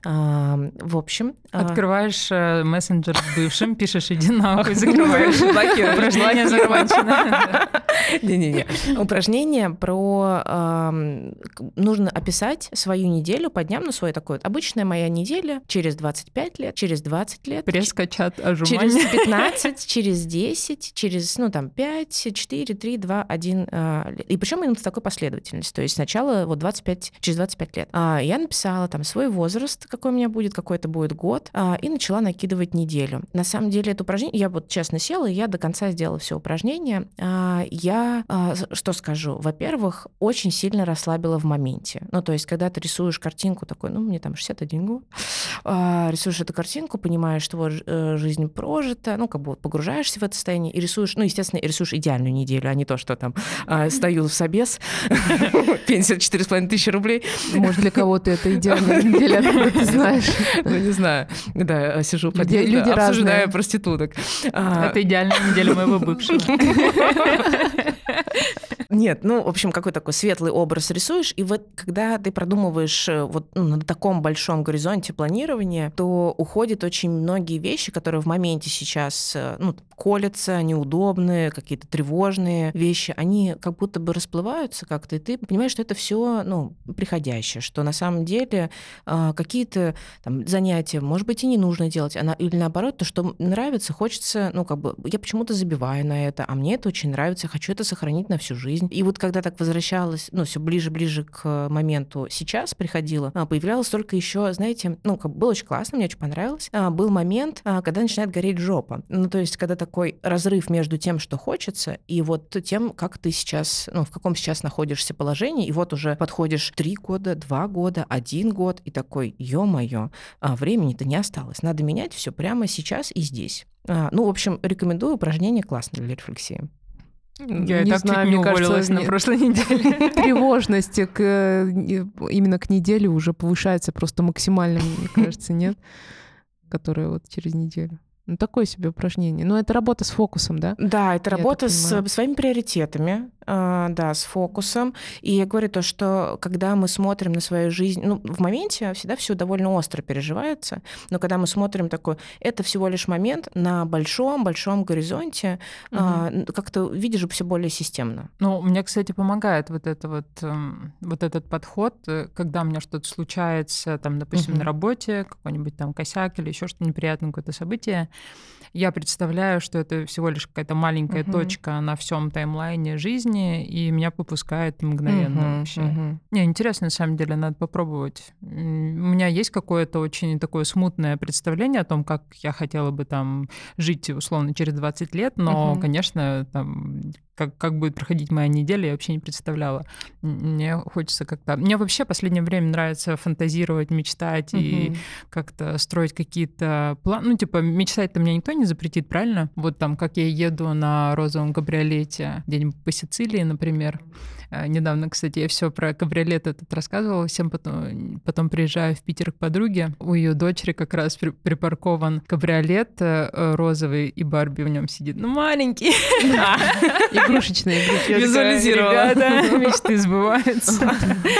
В общем... Открываешь мессенджер с бывшим, пишешь «иди нахуй», закрываешь, блокируешь. Упражнение закончено. Не-не-не. Упражнение про... Нужно описать свою неделю по дням, ну, свой такой вот. Обычная моя неделя через двадцать пять лет, через двадцать лет. Пресс-качат, отжимания. Через пятнадцать, через десять, через, ну, там, пять, четыре, три, два, один. И причем именно в такой последовательности. То есть сначала вот двадцать пять, через двадцать пять лет. Я написала там свой возраст, какой у меня будет, какой это будет год, и начала накидывать неделю. На самом деле это упражнение, я вот честно села, и я до конца сделала все упражнение. Я, что скажу, во-первых, очень сильно расслабила в моменте. Ну, то есть, когда ты рисуешь картинку такой, ну, мне там шестьдесят один год, рисуешь эту картинку, понимаешь, что вот жизнь прожита, ну, как бы вот погружаешься в это состояние и рисуешь, ну, естественно, рисуешь идеальную неделю, а не то, что там стою в собес, пенсия четыре с половиной тысячи рублей. Может, для кого-то это идеальная неделя, откуда ты знаешь. Ну, не знаю. Да, сижу под люди обсуждаю проституток. Это идеальная неделя моего бывшего. Нет, ну, в общем, какой такой светлый образ рисуешь, и вот когда ты продумываешь вот ну, на таком большом горизонте планирования, то уходят очень многие вещи, которые в моменте сейчас ну, колятся, неудобные, какие-то тревожные вещи, они как будто бы расплываются как-то, и ты понимаешь, что это все ну, приходящее, что на самом деле какие-то там, занятия, может быть, и не нужно делать, а на, или наоборот, то, что нравится, хочется, ну, как бы, я почему-то забиваю на это, а мне это очень нравится, хочу это сохранить на всю жизнь. И вот когда так возвращалась, ну, все ближе-ближе к моменту сейчас приходила, появлялось только еще, знаете, ну, как было очень классно, мне очень понравилось, был момент, когда начинает гореть жопа. Ну, то есть, когда такой разрыв между тем, что хочется, и вот тем, как ты сейчас, ну, в каком сейчас находишься положении, и вот уже подходишь три года, два года, один год, и такой, ё-моё, времени-то не осталось, надо менять все прямо сейчас и здесь. Ну, в общем, рекомендую, упражнение классное для рефлексии. Я не так знаю, чуть не мне уволилась кажется, на не- прошлой неделе. Тревожность к, именно к неделе уже повышается просто максимально, мне кажется, нет? Которая вот через неделю. Ну, такое себе упражнение. Но это работа с фокусом, да? Да, это Я работа так с понимаю. своими приоритетами, а, да, с фокусом. И я говорю то, что когда мы смотрим на свою жизнь, ну, в моменте всегда все довольно остро переживается, но когда мы смотрим такой, это всего лишь момент на большом-большом горизонте, а, как-то видишь все более системно. Ну, мне, кстати, помогает вот, это вот, эм, вот этот подход, э, когда у меня что-то случается, там, допустим, Мгм. на работе, какой-нибудь там косяк или еще что-то неприятное, какое-то событие, я представляю, что это всего лишь какая-то маленькая Мгм. точка на всем таймлайне жизни, и меня попускает мгновенно Мгм, вообще. мгм. Не, интересно, на самом деле, надо попробовать. М, У меня есть какое-то очень такое смутное представление о том, как я хотела бы там жить, условно, через двадцать лет, но, Мгм. конечно, там, как, как будет проходить моя неделя, я вообще не представляла. М, Мне хочется как-то... Мне вообще в последнее время нравится фантазировать, мечтать и Мгм. как-то строить какие-то планы. Ну, типа, мечтать-то мне никто не запретит, правильно? Вот там, как я еду на розовом кабриолете где-нибудь по Сицилии, например. Э, Недавно, кстати, я все про кабриолет этот рассказывала всем, потом, потом приезжаю в Питер к подруге. У ее дочери как раз при- припаркован кабриолет э, розовый, и Барби в нем сидит. Ну, маленький. Игрушечные игрушки. Я такая, Визуализировала. ребята, мечты сбываются.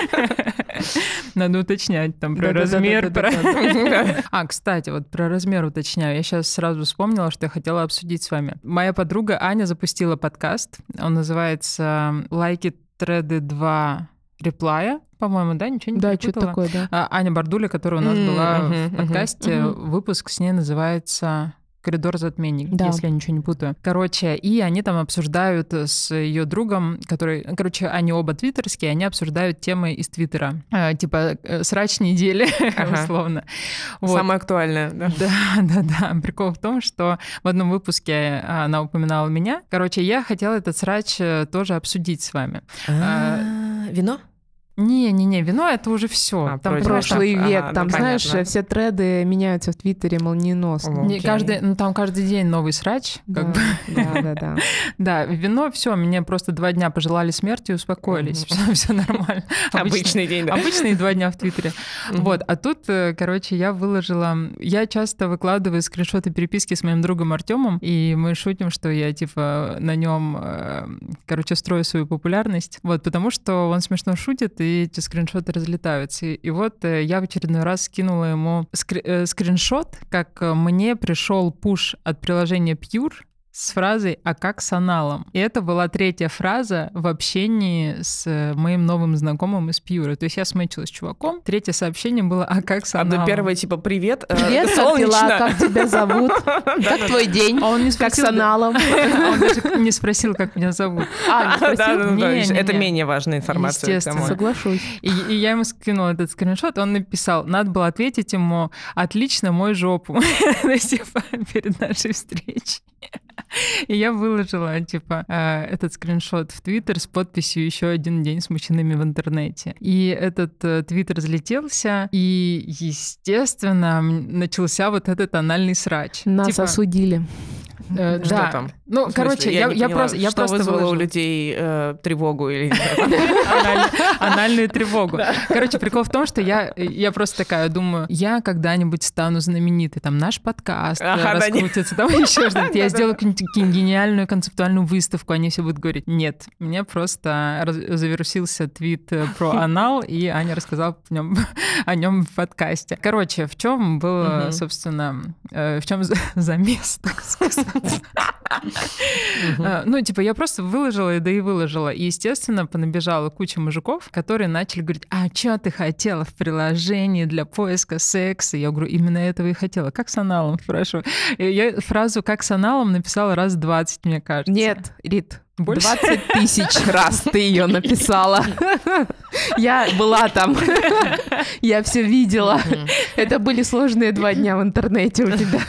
Надо уточнять там про размер. про- Да-да-да-да-да-да. А, кстати, вот про размер уточняю. Я сейчас сразу вспомнила, что я хотела обсудить с вами. Моя подруга Аня запустила подкаст. Он называется «Like It Thread два Реплая». По-моему, да? Ничего не Да, перепутала? что-то такое, да. А, Аня Бардуля, которая у нас М, была мгм, в мгм, подкасте, мгм. выпуск с ней называется «Коридор затмений», Да. если я ничего не путаю. Короче, и они там обсуждают с ее другом, который... Короче, они оба твиттерские, они обсуждают темы из Твиттера. Э, Типа э, срач недели, Ага. условно. Вот. Самое актуальное, да. Да, да, да. Прикол в том, что в одном выпуске она упоминала меня. Короче, я хотела этот срач э, тоже обсудить с вами. А, Вино? Не-не-не, вино — это уже все. А, Там против. просто... Прошлый Ага, век. ну, Там, знаешь, понятно. все треды меняются в Твиттере молниеносно. Ого. Не, Окей. каждый, ну, там каждый день новый срач. Да, Как бы. да, да, да. Да, вино, все, мне просто два дня пожелали смерти и успокоились. Все нормально. Обычный день, да. Обычные два дня в Твиттере. Мгм. Вот, а тут, э, короче, я выложила... Я часто выкладываю скриншоты переписки с моим другом Артемом, и мы шутим, что я, типа, на нем, короче, строю свою популярность. Вот, потому что он смешно шутит, и и эти скриншоты разлетаются. И, и вот я в очередной раз скинула ему скри- э, скриншот, как мне пришел пуш от приложения Pure с фразой «А как с аналом?». И это была третья фраза в общении с моим новым знакомым из Пьюра. То есть я смычилась с чуваком. Третье сообщение было «А как с аналом?». А первое типа «Привет, Привет, как дела? Как тебя зовут? Как твой день? А он не Как с спросил, аналом?» Он даже не спросил, как меня зовут. А, не спросил? Не, не, Это не. менее важная информация. Естественно. Соглашусь. И, и я ему скинула этот скриншот, он написал, надо было ответить ему «Отлично, мой жопу», типа, перед нашей встречей. И я выложила, типа, этот скриншот в Твиттер с подписью «Еще один день с мужчинами в интернете». И этот твит разлетелся, и, естественно, начался вот этот анальный срач. Нас Типа, осудили. э, Что да. там? Ну, В смысле, короче, я, не я поняла, просто, я что просто вызвало у выложила. людей э, тревогу или Анальную, анальную тревогу. Короче, прикол в том, что я, я просто такая думаю, я когда-нибудь стану знаменитой, там наш подкаст Ага, да, раскрутится, там еще что-то. Я сделаю какую-нибудь гениальную концептуальную выставку, они все будут говорить, нет, мне просто раз- завершился твит про анал, и Аня рассказала в нем, о нем в подкасте. Короче, в чем был, Мгм. собственно, э, в чем замес, так сказать. А, Ну, типа, я просто выложила, и да и выложила. И, естественно, понабежала куча мужиков, которые начали говорить, а что ты хотела в приложении для поиска секса? Я говорю, именно этого и хотела. Как с аналом, спрашиваю. И я фразу «как с аналом» написала раз двадцать, мне кажется. Нет, Рит, Больше? двадцать тысяч раз ты ее написала. Я была там. Я все видела. Это были сложные два дня в интернете у тебя.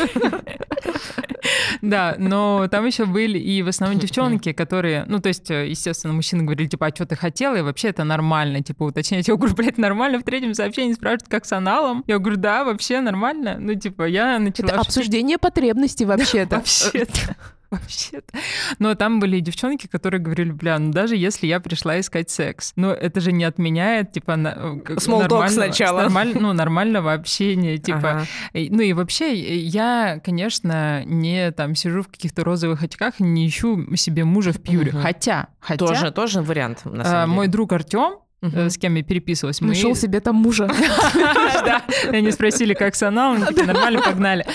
Да, но там еще были и в основном девчонки, которые, ну, то есть, естественно, мужчины говорили, типа, а что ты хотела? И вообще это нормально, типа, уточнять. Я говорю, блядь, нормально. В третьем сообщении спрашивают, как с аналом. Я говорю, да, вообще нормально. Ну, типа, я начала... Это обсуждение потребностей вообще-то. Вообще-то. Вообще-то. Но там были девчонки, которые говорили, бля, ну даже если я пришла искать секс, но это же не отменяет, типа, на, как Small talk нормального- сначала. нормаль- ну, нормального общения, типа. Ага. И- Ну и вообще, я, конечно, не там сижу в каких-то розовых очках, не ищу себе мужа в Пьюре. Мгм. Хотя, хотя Тоже, тоже вариант, на а, самом деле. мой друг Артем, Мгм. с кем я переписывалась, мы... Нашел себе там мужа. Да, и они спросили, как с аналом, они такие, нормально, погнали.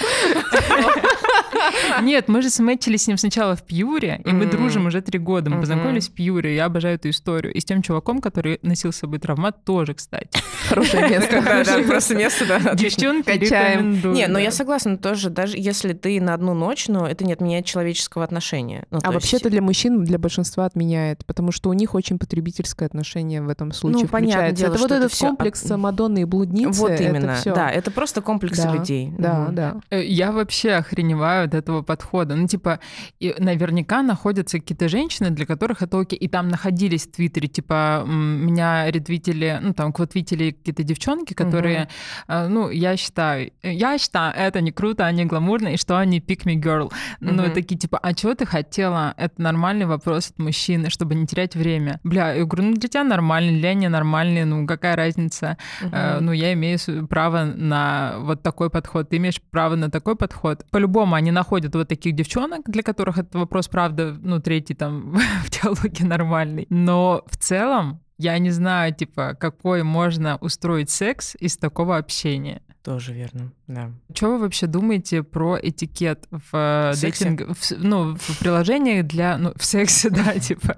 Нет, мы же сметчились с ним сначала в Пьюре, и мы Мгм. дружим уже три года. Мы Мгм. познакомились в Пьюре, я обожаю эту историю. И с тем чуваком, который носил с собой травмат, тоже, кстати. Хорошее место. Да, да, просто место, да. отлично. Девчонки Качаем. рекомендую. Не, но да. я согласна тоже, даже если ты на одну ночь, но это не отменяет человеческого отношения. Ну, то А есть- вообще-то для мужчин, для большинства отменяет, потому что у них очень потребительское отношение в этом случае Ну, понятное включается. дело, Это вот что это этот всё комплекс от- Мадонны и блудницы. Вот это именно, всё. да, это просто комплексы Да, людей. Да, Мгм. да. Э, Я вообще охреневаю от этого подхода. Ну, типа, и наверняка находятся какие-то женщины, для которых это окей. И там находились в Твиттере, типа, м, меня ретвитили, ну, там, квотвитили какие-то девчонки, которые, э, ну, я считаю, я считаю, это не круто, они гламурно, и что они pick me girl. Ну, Мгм. такие, типа, а чего ты хотела? Это нормальный вопрос от мужчины, чтобы не терять время. Бля, я говорю, ну, для тебя нормально, для меня нормальный, ну, какая разница? Э, Мгм. ну, я имею с- право на вот такой подход, ты имеешь право на такой подход. По-любому они находят вот таких девчонок, для которых этот вопрос, правда, ну, третий там в диалоге нормальный. Но в целом я не знаю, типа, какой можно устроить секс из такого общения. Тоже верно, да. Что вы вообще думаете про этикет в э, В сексе? дейтинг, в с- ну, в приложениях для, ну, в сексе, да, типа,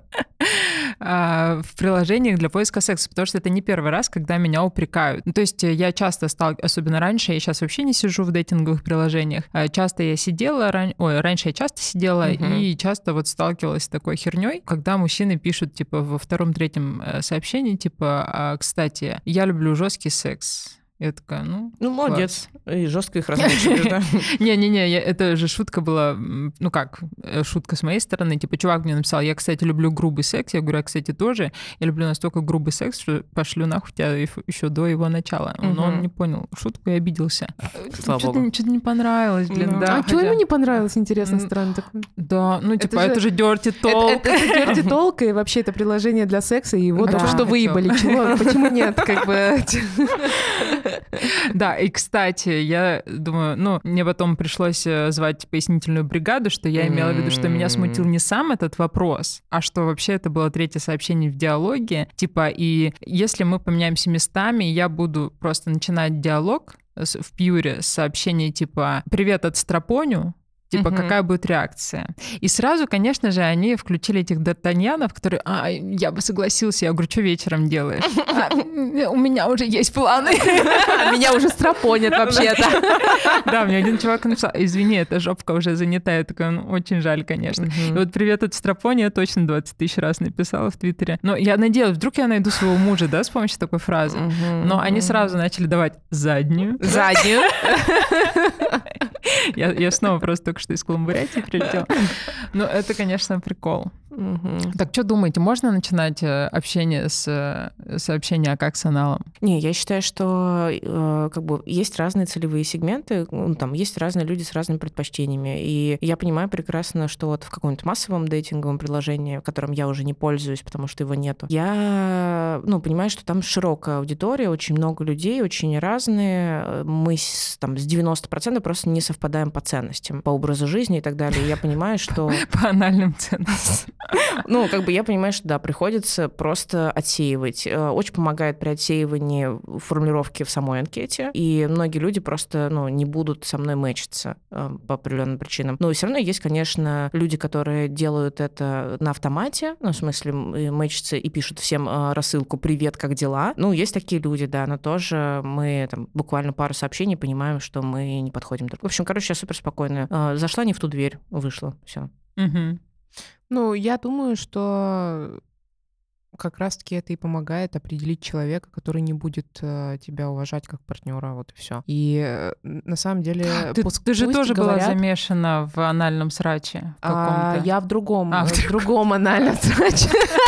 а, в приложениях для поиска секса, потому что это не первый раз, когда меня упрекают. Ну, то есть я часто стал, особенно раньше, я сейчас вообще не сижу в дейтинговых приложениях, а часто я сидела, ран... ой, раньше я часто сидела Мгм. и часто вот сталкивалась с такой херней, когда мужчины пишут, типа, во втором-третьем э, сообщении, типа, «А, кстати, я люблю жесткий секс». Я такая, ну, Ну, молодец. И жестко их размечиваешь, да? Не-не-не, я- это же шутка была, м, ну как, э, шутка с моей стороны, типа, чувак мне написал, я, кстати, люблю грубый секс, я говорю, я, кстати, тоже, я люблю настолько грубый секс, что пошлю нахуй тебя еще до его начала. Но Мгм. он не понял шутку и обиделся. Слава Что-то, богу. не- что-то не понравилось, блин, Ну. да. А что хотя- ему не понравилось, интересно, М, странно такое? Да, ну Это типа, же- это же dirty Это, talk. это, это dirty talk, и вообще это приложение для секса, и его Да. только что Хотел. выебали. Чего? Почему нет? Как бы... Да, и, кстати, я думаю, ну, мне потом пришлось звать пояснительную бригаду, что я имела в виду, что меня смутил не сам этот вопрос, а что вообще это было третье сообщение в диалоге. Типа, и если мы поменяемся местами, я буду просто начинать диалог в Пьюре с сообщения типа «Привет от Страпоню», типа, uh-huh. какая будет реакция. И сразу, конечно же, они включили этих д'Артаньянов, которые, а, я бы согласился. Я говорю, что вечером делаешь? А, у меня уже есть планы. Меня уже страпонят вообще-то. Да, мне один чувак написал, извини, эта жопка уже занята. Я такая, ну, очень жаль, конечно. И вот привет от Страпони я точно двадцать тысяч раз написала в Твиттере. Но я надеялась, вдруг я найду своего мужа, да, с помощью такой фразы. Но они сразу начали давать заднюю. Заднюю. Я, я снова просто только что из Каламбурятии прилетела. Ну, это, конечно, прикол. Угу. Так, что думаете, можно начинать общение с сообщения «как с аналом»? Не, я считаю, что э, как бы есть разные целевые сегменты, ну, там есть разные люди с разными предпочтениями. И я понимаю прекрасно, что вот в каком-нибудь массовом дейтинговом приложении, которым я уже не пользуюсь, потому что его нету, я ну, понимаю, что там широкая аудитория, очень много людей, очень разные. Мы с, там, с девяноста процентов просто не совпадаем по ценностям, по образу жизни и так далее. И я понимаю, что... По анальным ценностям. Ну, как бы я понимаю, что да, приходится просто отсеивать. Очень помогает при отсеивании формулировки в самой анкете, и многие люди просто, ну, не будут со мной мэчиться по определенным причинам. Но все равно есть, конечно, люди, которые делают это на автомате, ну, в смысле, мэчатся и пишут всем рассылку «Привет, как дела?». Ну, есть такие люди, да, но тоже мы там буквально пару сообщений понимаем, что мы не подходим. В общем, короче, я супер спокойная. Зашла не в ту дверь, вышла, все. Угу. Ну, я думаю, что как раз-таки это и помогает определить человека, который не будет э, тебя уважать как партнера, вот и все. И э, на самом деле... Ты, пусть, ты же пусть тоже говорят, была замешана в анальном сраче в каком-то. А, я в другом, а, в, в другом анальном сраче.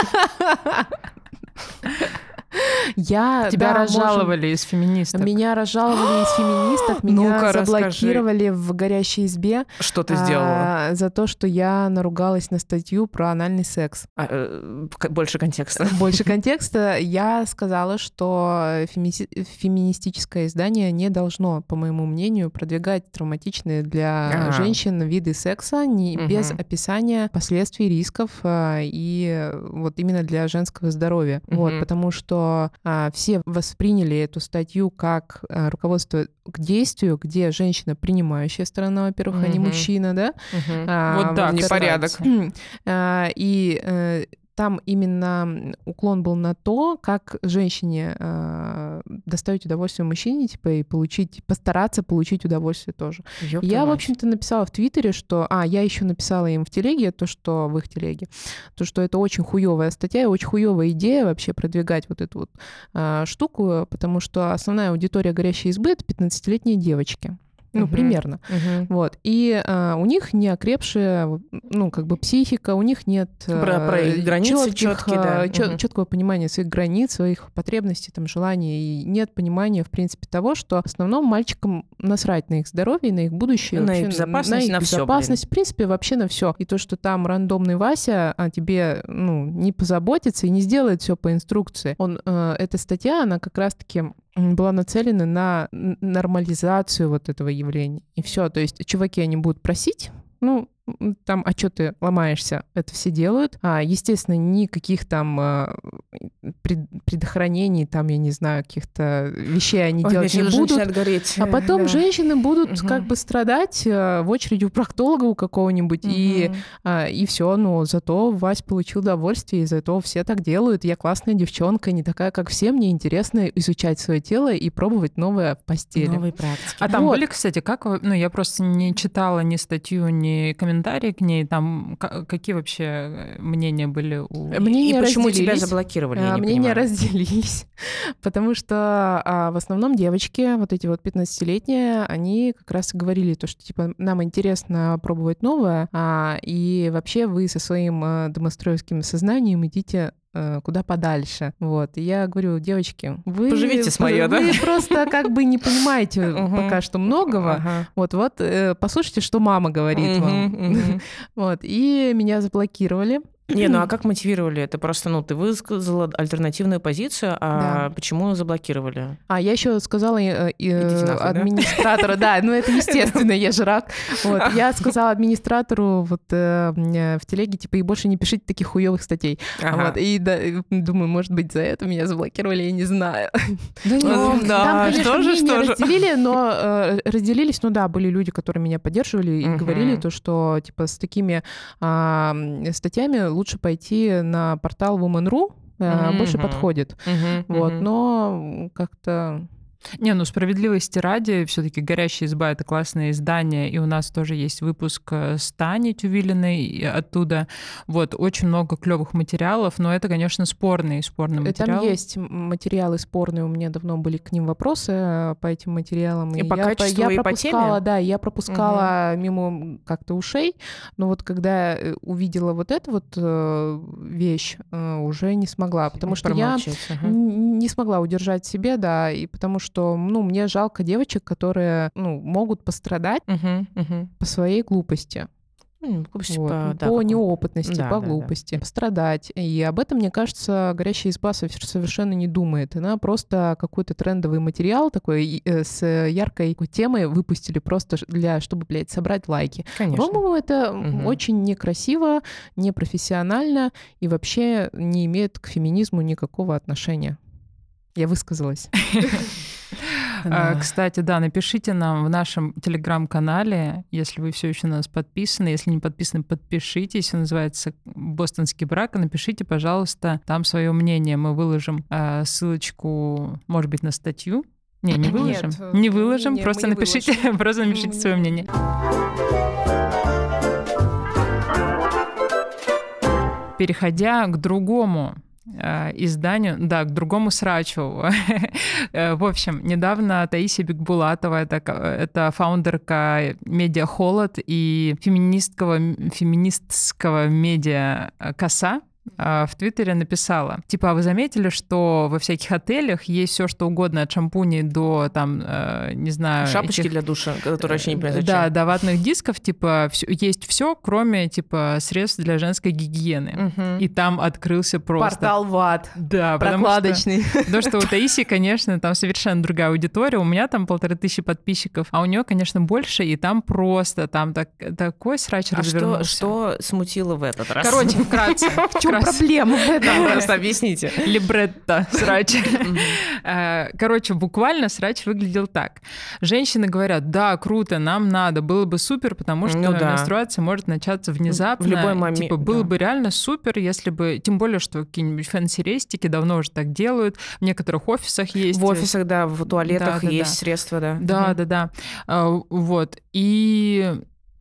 Я, Тебя да, разжаловали можем... из феминисток. Меня разжаловали из феминисток, меня Ну-ка, заблокировали расскажи. в горящей избе. Что ты сделала? А, за то, что я наругалась на статью про анальный секс. А, э, больше контекста. Больше контекста. Я сказала, что феми- феминистическое издание не должно, по моему мнению, продвигать травматичные для А-а. женщин виды секса не, Угу. без описания последствий, рисков а, и вот именно для женского здоровья. Угу. Вот, потому что а, все восприняли эту статью как а, руководство к действию, где женщина принимающая сторона, во-первых, Угу. а не мужчина, да? Угу. А, Вот да, непорядок. а, и э, там именно уклон был на то, как женщине э, доставить удовольствие мужчине, типа, и получить, постараться получить удовольствие тоже. Ёпта Я, мать. в общем-то, написала в Твиттере, что... А, я еще написала им в телеге, то, что в их телеге, то, что это очень хуевая статья и очень хуевая идея вообще продвигать вот эту вот э, штуку, потому что основная аудитория «Горящей избы» — это пятнадцатилетние девочки. Ну, Мгм. примерно. Мгм. Вот. И а, у них не окрепшая, ну, как бы психика, у них нет Про- про их границы чёткие, да. чё- Мгм. чёткого понимания своих границ, своих потребностей, там, желаний. И нет понимания, в принципе, того, что в основном мальчикам насрать на их здоровье, на их будущее. На вообще, их безопасность, на их на всё, безопасность, в принципе, вообще на все. И то, что там рандомный Вася о тебе, ну, не позаботится и не сделает все по инструкции. Он, э, эта статья, она как раз-таки была нацелена на н- нормализацию вот этого явления. И все. То есть чуваки, они будут просить, ну, м, там, а что ты ломаешься? Это все делают. А, естественно, никаких там а, пред- предохранений, там, я не знаю, каких-то вещей они Ой, делать меня не уже будут. начинает гореть. А потом Да. женщины будут Мгм. как бы страдать а, в очереди у проктолога у какого-нибудь, и, Мгм. а, и все. Но зато Вась получил удовольствие, и зато все так делают. Я классная девчонка, не такая, как все. Мне интересно изучать свое тело и пробовать новое в постели. Новые практики. А там Вот. были, кстати, как вы... Ну, я просто не читала ни статью, ни комментарии к ней. Там ка- какие вообще мнения были у... Мнения И почему тебя разделились. заблокировали, я А, не Мнения понимаю. разделились, потому что а, в основном девочки, вот эти вот пятнадцатилетние, они как раз и говорили то, что типа нам интересно пробовать новое, а, и вообще вы со своим а, домостроевским сознанием идите а, куда подальше. Вот. И я говорю, девочки, вы, Поживите с моё, да? вы просто как бы не понимаете Мгм. пока что многого. Ага. Вот, вот, э, послушайте, что мама говорит вам. Мгм, мгм. Вот. И меня заблокировали. Не, ну а как мотивировали? Это просто, ну, ты высказала альтернативную позицию, а Да. почему заблокировали? А я еще сказала э, э, Идите нахуй, да? администратору, да, ну это естественно, я же рак. Вот, я сказала администратору вот э, э, в телеге, типа, и больше не пишите таких хуевых статей. Ага. Вот, и да, и думаю, может быть, за это меня заблокировали, я не знаю. Да Ну, нет. да, Там, конечно, что же, мнения что же. разделили, но э, разделились, ну да, были люди, которые меня поддерживали и Мгм. говорили то, что типа с такими а, м, статьями лучше пойти на портал Woman точка ру, э, больше Мгм. подходит. Мгм, Вот, мгм. но как-то... Не, ну справедливости ради, все-таки «Горящая изба» — это классное издание, и у нас тоже есть выпуск э, с Таней Тювилиной оттуда. Вот, очень много клевых материалов, но это, конечно, спорный, спорный материал. Там есть м- материалы спорные, у меня давно были к ним вопросы э, по этим материалам. И по я, качеству, я и по пропускала, теме? да, я пропускала мимо как-то ушей, но вот когда э, увидела вот эту вот э, вещь, э, уже не смогла, потому что я Промолчать, ага. н- не смогла удержать себе, да, и потому что, ну, мне жалко девочек, которые, ну, могут пострадать Мгм, мгм. по своей глупости. Ну, глупости Вот, по- ну, да, по какой- неопытности, Да, по да, да. глупости, пострадать. И об этом, мне кажется, «Горящая изба» совер- совершенно не думает. Она просто какой-то трендовый материал такой и, э, с яркой такой темой выпустили просто ш- для, чтобы, блядь, собрать лайки. Конечно. По-моему, это Мгм. очень некрасиво, непрофессионально и вообще не имеет к феминизму никакого отношения. Я высказалась. А, Да. Кстати, да, напишите нам в нашем телеграм-канале, если вы все еще на нас подписаны. Если не подписаны, подпишитесь. Он называется «Бостонский брак». Напишите, пожалуйста, там свое мнение. Мы выложим а, ссылочку, может быть, на статью. Не, не выложим. Нет, не выложим, не, мы просто не напишите, просто Мы напишите не свое выложим. мнение. Переходя к другому э, изданию, да, к другому срачу. Э, В общем, недавно Таисия Бекбулатова, это, ка- это фаундерка медиа «Холод» и феминистского, феминистского медиа «Коса», а, в Твиттере написала, типа, а вы заметили, что во всяких отелях есть все что угодно, от шампуней до, там, э, не знаю... Шапочки этих- для душа, которые вообще не понимаю, Да, зачем. до ватных дисков, типа, всё- есть все, кроме, типа, средств для женской гигиены. Мгм. И там открылся просто... Портал ВАД. Да, потому что, Прокладочный. потому что у Таисии, конечно, там совершенно другая аудитория. У меня там полторы тысячи подписчиков, а у нее, конечно, больше, и там просто, там так, такой срач А что, развернулся. что смутило в этот раз? Короче, вкратце. В чем проблема в этом? Да, просто объясните. Либретто срач. Э, Короче, буквально срач выглядел так. Женщины говорят, да, круто, нам надо, было бы супер, потому что Ну да. менструация может начаться внезапно. В любой момент, Типа, было да. бы реально супер, если бы... Тем более, что какие-нибудь фэнси-рестики давно уже так делают. В некоторых офисах есть. В офисах, да, в туалетах Да, да, есть да. средства, да. Да, Мгм. да, да. А, Вот. И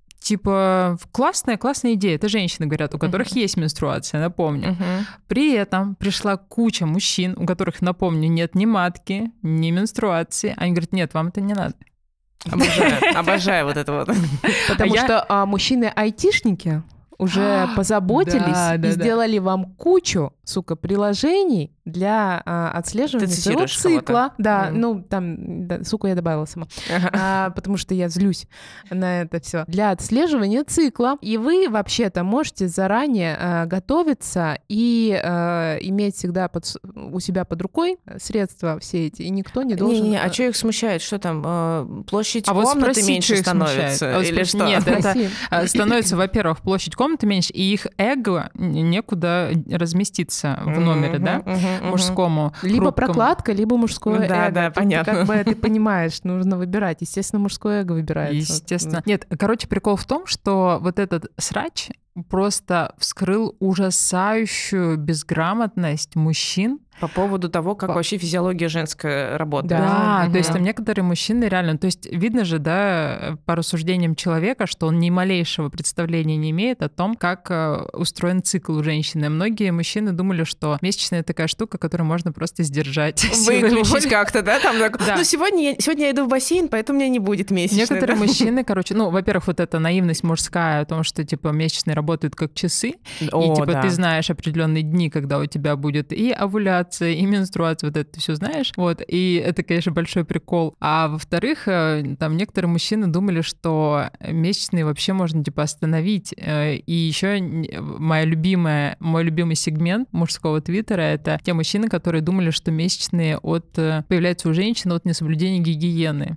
типа классная, классная идея. Это женщины говорят, у которых Мгм. есть менструация, напомню. Мгм. При этом пришла куча мужчин, у которых, напомню, нет ни матки, ни менструации. Они говорят, нет, вам это не надо. Обожаю, обожаю вот это вот. Потому А я- что а, мужчины-айтишники уже позаботились да, да, и да. сделали вам кучу, сука, приложений для а, отслеживания Ты своего цитируешь кого-то? цикла. Да, Мгм. ну там, да, сука, я добавила сама. Ага. А, потому что я злюсь на это все. Для отслеживания цикла. И вы вообще-то можете заранее а, готовиться и а, иметь всегда под с- у себя под рукой средства все эти, и никто не должен... Не-не, а а, что их смущает? Что там, э, площадь А вот комнаты спроси, меньше что их смущает. становится? А вот Или спроси- что? Нет, это Спроси. а, становится, во-первых, площадь комнаты меньше, и их эго н- некуда разместиться в номере, Мгм, да, мгм, мгм. мужскому. Либо хрупкому. прокладка, либо мужское Да, эго. да, Тут понятно. Как бы ты понимаешь, нужно выбирать. Естественно, мужское эго выбирается. Естественно. Нет, короче, прикол в том, что вот этот срач просто вскрыл ужасающую безграмотность мужчин. По поводу того, как По- вообще физиология женская работает. Да, Да, то есть мгм. там некоторые мужчины реально, то есть видно же, да, по рассуждениям человека, что он ни малейшего представления не имеет о том, как э, устроен цикл у женщины. Многие мужчины думали, что месячная такая штука, которую можно просто сдержать. силой Выключить воли. как-то, да? Там так, Да. ну, сегодня я, сегодня я иду в бассейн, поэтому у меня не будет месячной. Некоторые да? мужчины, короче, ну, во-первых, вот эта наивность мужская о том, что, типа, месячные работают как часы, О, и типа да. ты знаешь определенные дни, когда у тебя будет и овуляция, и менструация, вот это ты все знаешь, вот, и это, конечно, большой прикол. А во-вторых, там некоторые мужчины думали, что месячные вообще можно типа остановить, и еще моя любимая, мой любимый сегмент мужского твиттера — это те мужчины, которые думали, что месячные от появляются у женщин от несоблюдения гигиены.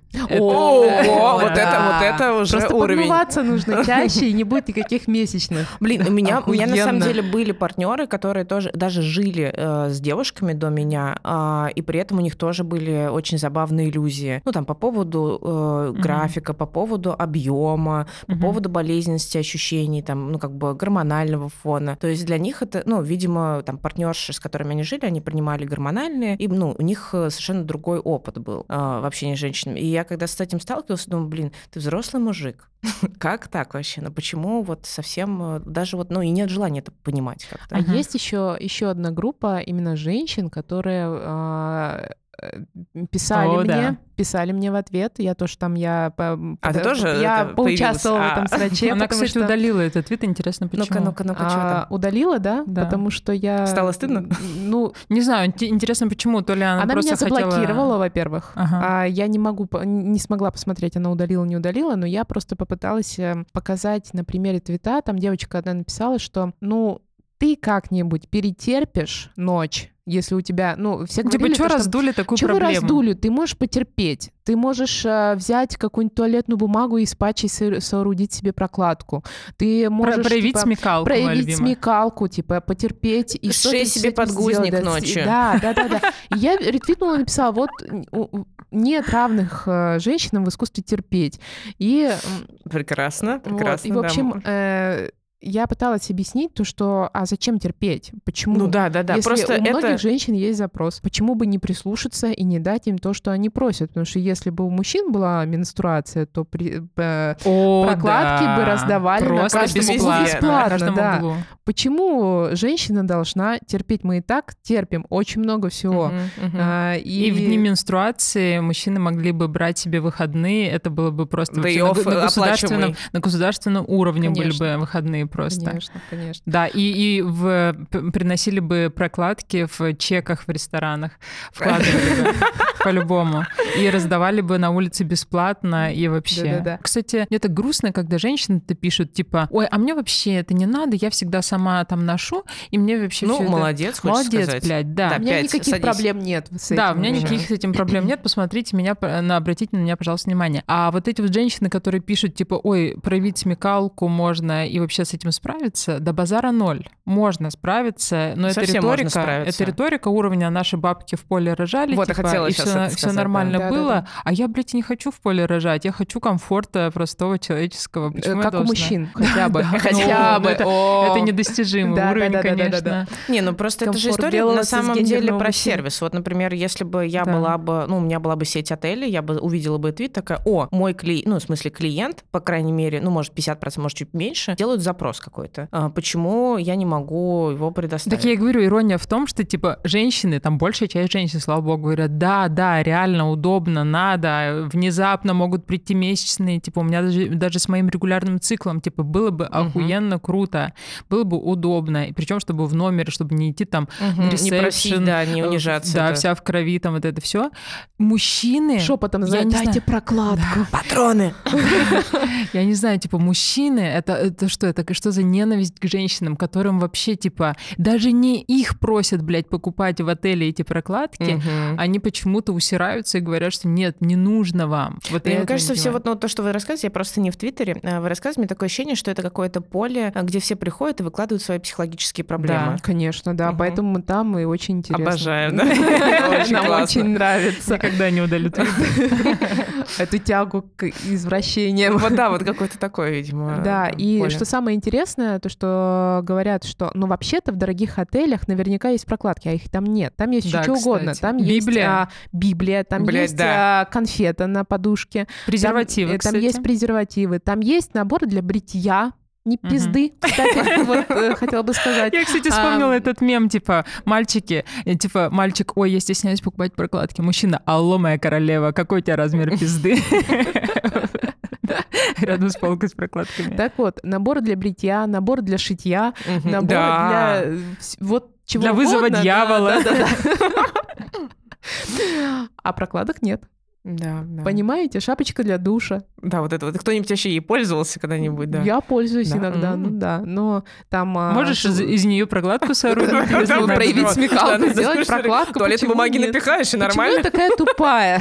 О, вот это, вот это уже Просто уровень. подмываться нужно чаще, и не будет никаких месячных. Блин, у меня, у меня на самом Охуенно. деле были партнеры, которые тоже даже жили э, с девушками до меня, э, и при этом у них тоже были очень забавные иллюзии. Ну, там, по поводу э, графика, по поводу объема, по Мгм. поводу болезненности ощущений, там, ну, как бы гормонального фона. То есть для них это, ну, видимо, там, партнерши, с которыми они жили, они принимали гормональные, и, ну, у них совершенно другой опыт был э, в общении с женщинами. И я, когда с этим сталкивалась, думаю, блин, ты взрослый мужик. Как так вообще? Ну, почему вот совсем э, даже вот, ну, и нет желания это понимать как-то. А Мгм. есть еще еще одна группа именно женщин, которые а, э, писали О, мне, да. писали мне в ответ. Я тоже там я по- А ты по- тоже я это поучаствовала появилась? в этом А. сраче, Она, потому кстати, что удалила этот твит, интересно, почему. Ну-ка, ну-ка, ну-ка, что а, там? удалила, да? Да. Потому что я Стало стыдно? Ну, Не знаю, инте- интересно, почему. То ли она, она просто меня заблокировала, хотела... во-первых. Ага. А я не могу, по- не смогла посмотреть, она удалила, не удалила, но я просто попыталась э, показать на примере твита. Там девочка одна написала, что, ну, ты как-нибудь перетерпишь ночь, если у тебя, ну, все Типа, говорили, что то, что раздули такую чего вы проблему? раздули? Ты можешь потерпеть. Ты можешь э, взять какую-нибудь туалетную бумагу и из патчей со- соорудить себе прокладку. Ты Про- можешь проявить типа, смекалку, моя проявить любимая. смекалку, типа потерпеть и Сшей что-то себе с этим подгузник сделать. Да, ночью. Да, да, да, да. И я ретвитнула, написала, вот у- у- нет равных э, женщинам в искусстве терпеть. И м, Прекрасно, вот, прекрасно. и в да. общем э, я пыталась объяснить то, что а зачем терпеть? Почему? Ну да, да, да. Если Просто у многих это... женщин есть запрос, почему бы не прислушаться и не дать им то, что они просят? Потому что если бы у мужчин была менструация, то при- э, О, прокладки да. бы раздавали на Просто каждом углу бесплатно, бесплатно, на каждом да. углу. Почему женщина должна терпеть? Мы и так терпим очень много всего. Мгм, мгм. А, И... в дни менструации мужчины могли бы брать себе выходные, это было бы просто вообще на, Day off на государственном, оплачиваемый. на государственном уровне были Конечно. бы выходные просто. Конечно, конечно. Да, и, и в, п- приносили бы прокладки в чеках в ресторанах, вкладывали бы по-любому, и раздавали бы на улице бесплатно, и вообще. Да-да-да. Кстати, мне так грустно, когда женщины-то пишут, типа, ой, а мне вообще это не надо, я всегда сама там ношу, и мне вообще Ну, всё это- молодец, хочешь Молодец, сказать. блядь, да. Да, У меня Опять никаких садись. проблем нет с Да, этим. у меня Мгм. никаких с этим проблем нет. Посмотрите меня, п- на, обратите на меня, пожалуйста, внимание. А вот эти вот женщины, которые пишут, типа, ой, проявить смекалку можно и вообще с этим справиться, до базара ноль. Можно справиться, но это Совсем можно риторика. справиться. Это риторика уровня «наши бабки в поле рожали», Вот, я типа, хотела и сейчас все, это все сказать, нормально да. было. Да-да-да. А я, блядь, не хочу в поле рожать. Я хочу комфорта простого человеческого. Э, Почему я Как у должна? мужчин, хотя бы. Да, Хотя ну, бы. это- О. Это недостижимый Да, уровень, да, да, да, да, конечно. да, Не, ну просто это же Комфорт история белого на самом деле цисгендерного про мужчины. сервис. Вот, например, если бы я Да. была бы, ну, у меня была бы сеть отелей, я бы увидела бы твит такая, о, мой клиент, ну, в смысле клиент, по крайней мере, ну, может, пятьдесят процентов, может, чуть меньше, делают запрос какой-то. А почему я не могу его предоставить? Так я и говорю, ирония в том, что, типа, женщины, там большая часть женщин, слава богу, говорят, да, да, реально удобно, надо, внезапно могут прийти месячные, типа, у меня даже, даже с моим регулярным циклом, типа, было бы охуенно круто, было бы удобно, и причем, чтобы в номере, чтобы не идти там Мгм, на не ресепшн, просить, да, не э, унижаться. да, это. вся в крови, там вот это все. Мужчины... Шепотом, я знаешь, не дайте знаю. прокладку. Патроны! Я не знаю, типа, мужчины, это, это что, это что за ненависть к женщинам, которым вообще, типа, даже не их просят, блядь, покупать в отеле эти прокладки, Мгм. они почему-то усираются и говорят, что нет, не нужно вам. Вот я Мне этого кажется, не все понимаю. вот ну, то, что вы рассказываете, я просто не в Твиттере, а вы рассказываете, мне такое ощущение, что это какое-то поле, где все приходят и выкладывают свои психологические проблемы. Конечно, да, Мгм. поэтому мы там и очень интересно. Обожаю, да? Очень Нам классно. очень нравится Никогда не удалю твит. эту тягу к извращениям. Вот да, вот какое-то такое, видимо. Да, и поле. что самое интересное, то что говорят, что, ну, вообще-то в дорогих отелях наверняка есть прокладки, а их там нет. Там есть Да, что угодно. кстати. Там есть Библия. а, Библия, там Блядь, есть да. а, конфета на подушке. Презервативы, Там, э, там кстати. есть презервативы. Там есть набор для бритья. Не Мгм. пизды, кстати, вот э, хотела бы сказать. Я, кстати, вспомнила А, этот мем, типа, мальчики, э, типа, мальчик, ой, я стесняюсь покупать прокладки. Мужчина, алло, моя королева, какой у тебя размер пизды? рядом с полкой с прокладками. Так вот, набор для бритья, набор для шитья, Мгм. набор Да. для вс- вот чего Для вызова угодно, да, дьявола. да, да, да. А прокладок нет. Да, да. Понимаете? Шапочка для душа. Да, вот это вот. Кто-нибудь вообще ей пользовался когда-нибудь, да? Я пользуюсь Да. иногда, М. ну да. Но там... а, Можешь из, су- из нее прокладку соорудить? Да, если да, надо? проявить да, смекалку, да, сделать слушай, прокладку. туалетной почему бумаги нет? напихаешь, и Почему нормально. я такая тупая?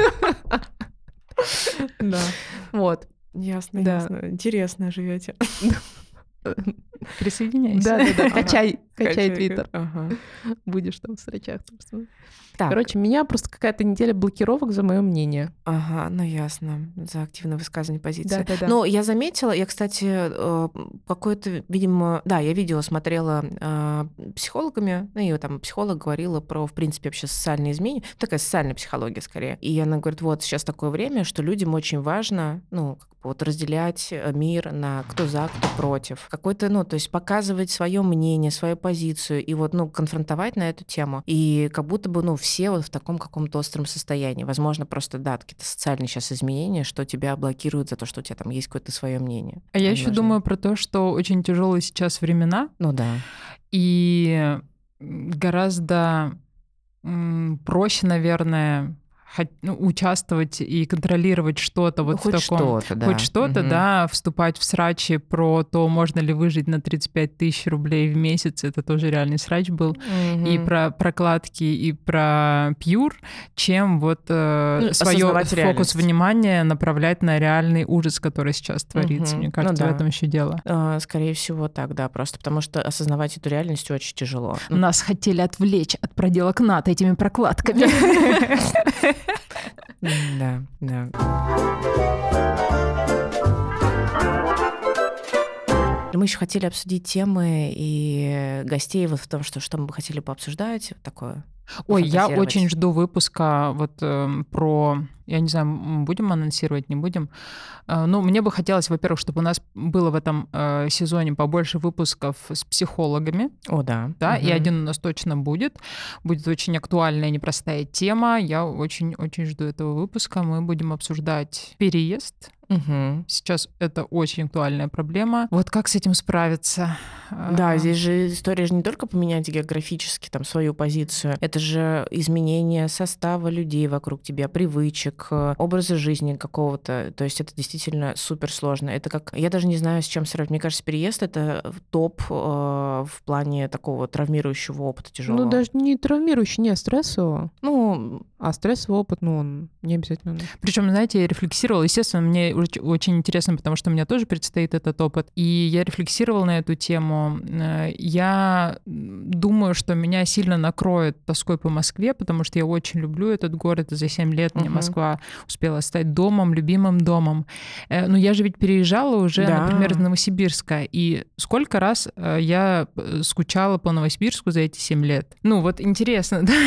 Да. Вот. Ясно, Да. ясно. Интересно живете. Присоединяйся. Да-да-да, Ага. качай, качай Качай, твиттер. ага. Будешь там в строчах. там. Так, Короче, меня просто какая-то неделя блокировок за мое мнение. ага, ну ясно, за активное высказывание позиции. Да-да-да. Но я заметила, я, кстати, э, какое-то, видимо, да, я видео смотрела э, психологами, ну, и там психолог говорила про, в принципе, вообще социальные изменения, такая социальная психология скорее. И она говорит, вот сейчас такое время, что людям очень важно, ну, как бы вот разделять э, мир на кто за, кто против. Какой-то, ну, то есть показывать свое мнение, свою позицию и вот, ну, конфронтовать на эту тему. И как будто бы, ну, все вот в таком каком-то остром состоянии. Возможно, просто, да, какие-то социальные сейчас изменения, что тебя блокируют за то, что у тебя там есть какое-то свое мнение. А я еще Возможно. думаю про то, что очень тяжелые сейчас времена, Ну да. и гораздо м, проще, наверное, хот- ну, участвовать и контролировать что-то вот Ну, хоть в таком... что-то, да. Хоть что-то, Мгм. да, вступать в срачи про то, можно ли выжить на тридцать пять тысяч рублей в месяц, это тоже реальный срач был, и Мгм. про прокладки, и про пьюр, чем вот э, Ну, свое осознавать фокус реальность. внимания направлять на реальный ужас, который сейчас творится. Мгм. Мне Ну кажется, в да. этом еще дело. А, Скорее всего, так, да, просто потому что осознавать эту реальность очень тяжело. Ну, Нас хотели отвлечь от проделок над этими прокладками. Да, да. Мы еще хотели обсудить темы и гостей вот в том, что, что мы бы хотели пообсуждать. Вот такое. Ой, я пофантазировать. очень жду выпуска вот эм, про, я не знаю, м, будем анонсировать, не будем. Э, Ну, мне бы хотелось, во-первых, чтобы у нас было в этом э, сезоне побольше выпусков с психологами, О, да. да, и Мгм. один у нас точно будет. Будет очень актуальная, непростая тема. Я очень-очень жду этого выпуска. Мы будем обсуждать переезд. Мгм. Сейчас это очень актуальная проблема. Вот как с этим справиться? Да, А, здесь же история же не только поменять географически там свою позицию, это же изменение состава людей вокруг тебя, привычек, э, образа жизни какого-то. То есть это действительно супер сложно. Это как, я даже не знаю, с чем сравнивать. Мне кажется, переезд это топ э, в плане такого травмирующего опыта тяжелого. Ну, даже не травмирующий, не стрессового. Ну, А стрессовый опыт, ну, он не обязательно. Причем, знаете, я рефлексировала. Естественно, мне уч- очень интересно, потому что у меня тоже предстоит этот опыт. И я рефлексировала на эту тему. Э, Я думаю, что меня сильно накроет тоской по Москве, потому что я очень люблю этот город. И за семь лет мне Мгм. Москва успела стать домом, любимым домом. Э, Но я же ведь переезжала уже, Да. например, из Новосибирска. И сколько раз э, я э, скучала по Новосибирску за эти семь лет. Ну, вот интересно, да?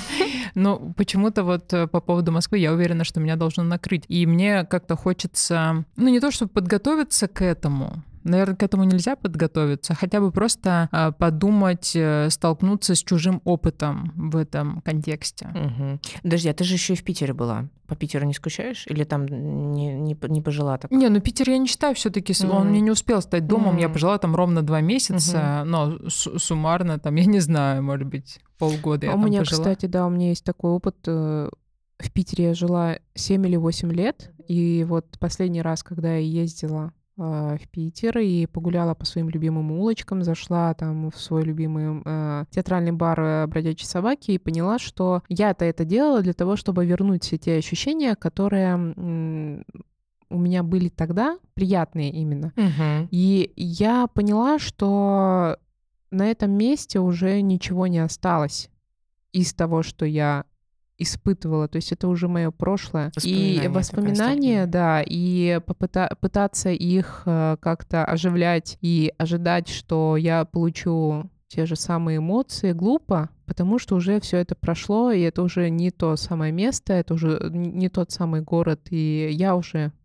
Но почему-то вот э, по поводу Москвы я уверена, что меня должно накрыть. И мне как-то хочется, ну не то чтобы подготовиться к этому, наверное, к этому нельзя подготовиться, хотя бы просто э, подумать, э, столкнуться с чужим опытом в этом контексте. мгм. Подожди, а ты же еще и в Питере была. По Питеру не скучаешь? Или там не, не, по- не пожила так? Не, ну Питер я не считаю все-таки, он Мгм. мне не успел стать домом, я Мгм. пожила там ровно два месяца, но с- суммарно там, я не знаю, может быть, полгода я А у там меня, пожила. кстати, да, у меня есть такой опыт. э, В Питере я жила семь или восемь лет, и вот последний раз, когда я ездила э, в Питер и погуляла по своим любимым улочкам, зашла там в свой любимый э, театральный бар э, «Бродячие собаки» и поняла, что я-то это делала для того, чтобы вернуть все те ощущения, которые м, у меня были тогда, приятные именно. Мгм. И я поняла, что на этом месте уже ничего не осталось из того, что я испытывала. То есть это уже мое прошлое. Воспоминания, И такая воспоминания, ностальгия. да, и попыта- пытаться их э, как-то оживлять и ожидать, что я получу те же самые эмоции, глупо, потому что уже все это прошло, и это уже не то самое место, это уже н- не тот самый город, и я уже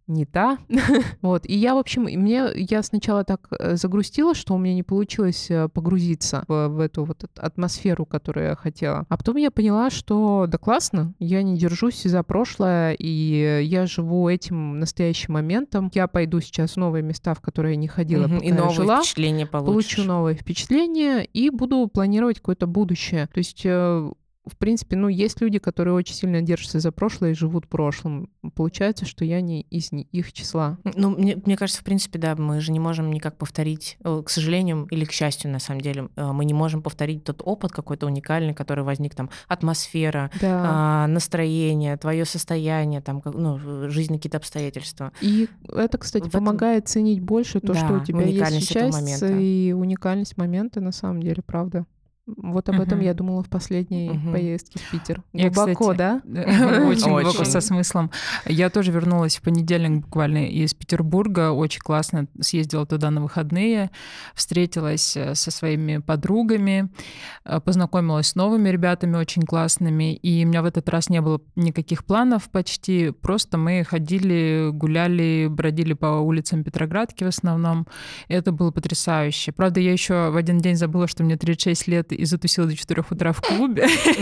не та. Вот. И я, в общем, мне, я сначала так загрустила, что у меня не получилось погрузиться в, в эту вот атмосферу, которую я хотела. А потом я поняла, что да классно, я не держусь за прошлое, и я живу этим настоящим моментом. Я пойду сейчас в новые места, в которые я не ходила, Мгм. пока И я новые жила. впечатления получишь. Получу новые впечатления и буду планировать какое-то будущее. То есть в принципе, ну, есть люди, которые очень сильно держатся за прошлое и живут прошлым. Получается, что я не из ни- их числа. Ну, мне, мне кажется, в принципе, да, мы же не можем никак повторить, э, к сожалению, или к счастью, на самом деле, э, мы не можем повторить тот опыт какой-то уникальный, который возник, там, атмосфера, Да. а, настроение, твое состояние, там, как- ну, жизненные какие-то обстоятельства. И это, кстати, В этом- помогает ценить больше то, Да, что у тебя есть уникальность этого сейчас, момента. и уникальность момента, на самом деле, правда. Вот об этом Мгм. я думала в последней Мгм. поездке в Питер. Я, Глубоко, кстати, да? Очень глубоко Очень. со смыслом. Я тоже вернулась в понедельник буквально из Петербурга. Очень классно съездила туда на выходные. Встретилась э, со своими подругами. э, Познакомилась с новыми ребятами очень классными. И у меня в этот раз не было никаких планов почти. Просто мы ходили, гуляли, бродили по улицам Петроградки в основном. И это было потрясающе. Правда, я еще в один день забыла, что мне тридцать шесть лет, и затусила до четырёх утра в клубе.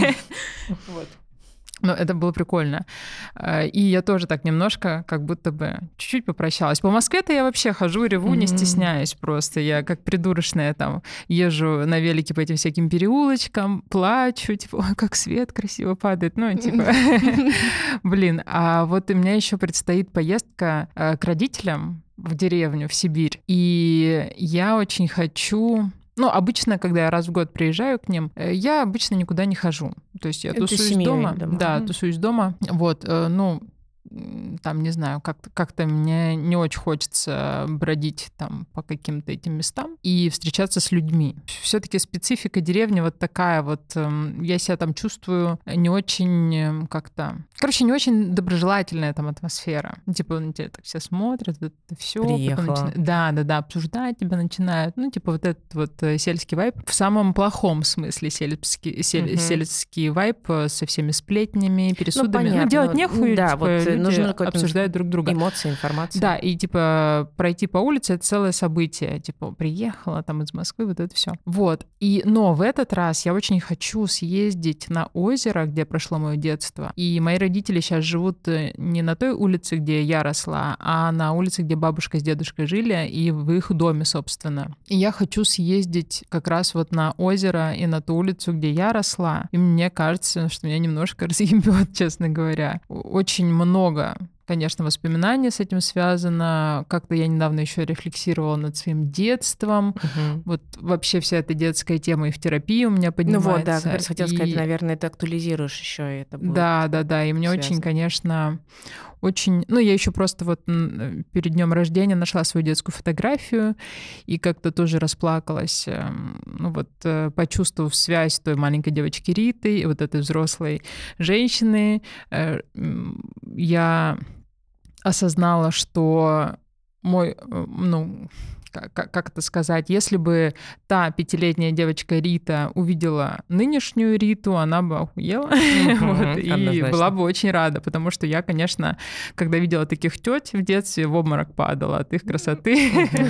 Вот. Но это было прикольно. Э, И я тоже так немножко как будто бы чуть-чуть попрощалась. По Москве-то я вообще хожу, реву, не Мгм. стесняюсь просто. Я как придурочная там езжу на велике по этим всяким переулочкам, плачу, типа, ой, как свет красиво падает. Ну, типа, блин. А вот у меня еще предстоит поездка э, к родителям в деревню, в Сибирь. И я очень хочу... Ну, обычно, когда я раз в год приезжаю к ним, э, я обычно никуда не хожу. То есть я Это тусуюсь семьей, дома. думаю. Да, Мгм. тусуюсь дома. Вот, э, ну, м, там, не знаю, как- как-то мне не очень хочется бродить там по каким-то этим местам и встречаться с людьми. Все-таки специфика деревни вот такая вот. эм, Я себя там чувствую не очень эм, как-то... Короче, не очень доброжелательная там атмосфера. Типа, на тебя так все смотрят, это все. Приехала. Да, да, да, обсуждать тебя начинают. Ну, типа вот этот вот э, сельский вайб в самом плохом смысле сельский, сель- Мгм. сельский вайб э, со всеми сплетнями, пересудами. Ну, понятно. делать нехуй, Да, типа, вот, э, люди нужно какой-то обсуждают друг друга. Эмоции, информация. Да, и типа пройти по улице — это целое событие. Типа приехала там из Москвы, вот это все. Вот. И, но в этот раз я очень хочу съездить на озеро, где прошло мое детство. И мои родители сейчас живут э, не на той улице, где я росла, а на улице, где бабушка с дедушкой жили, и в их доме, собственно. И я хочу съездить как раз вот на озеро и на ту улицу, где я росла. И мне кажется, что меня немножко разъебет, честно говоря. Очень много, конечно, воспоминаний с этим связано. Как-то я недавно еще рефлексировала над своим детством. Мгм. Вот вообще вся эта детская тема и в терапии у меня Ну поднимается. вот, да, как раз хотела сказать, И- наверное, это актуализируешь еще, и это будет. Да, да, да. И мне очень, связано. конечно, очень... Ну, я еще просто вот м, перед днем рождения нашла свою детскую фотографию и как-то тоже расплакалась, эм, ну вот, э, почувствовав связь той маленькой девочки Риты и вот этой взрослой женщины. Э, м, Я осознала, что мой, э, ну, как, как- как это сказать, если бы та пятилетняя девочка Рита увидела нынешнюю Риту, она бы охуела вот, и однозначно. была бы очень рада, потому что я, конечно, когда видела таких теть в детстве, в обморок падала от их красоты.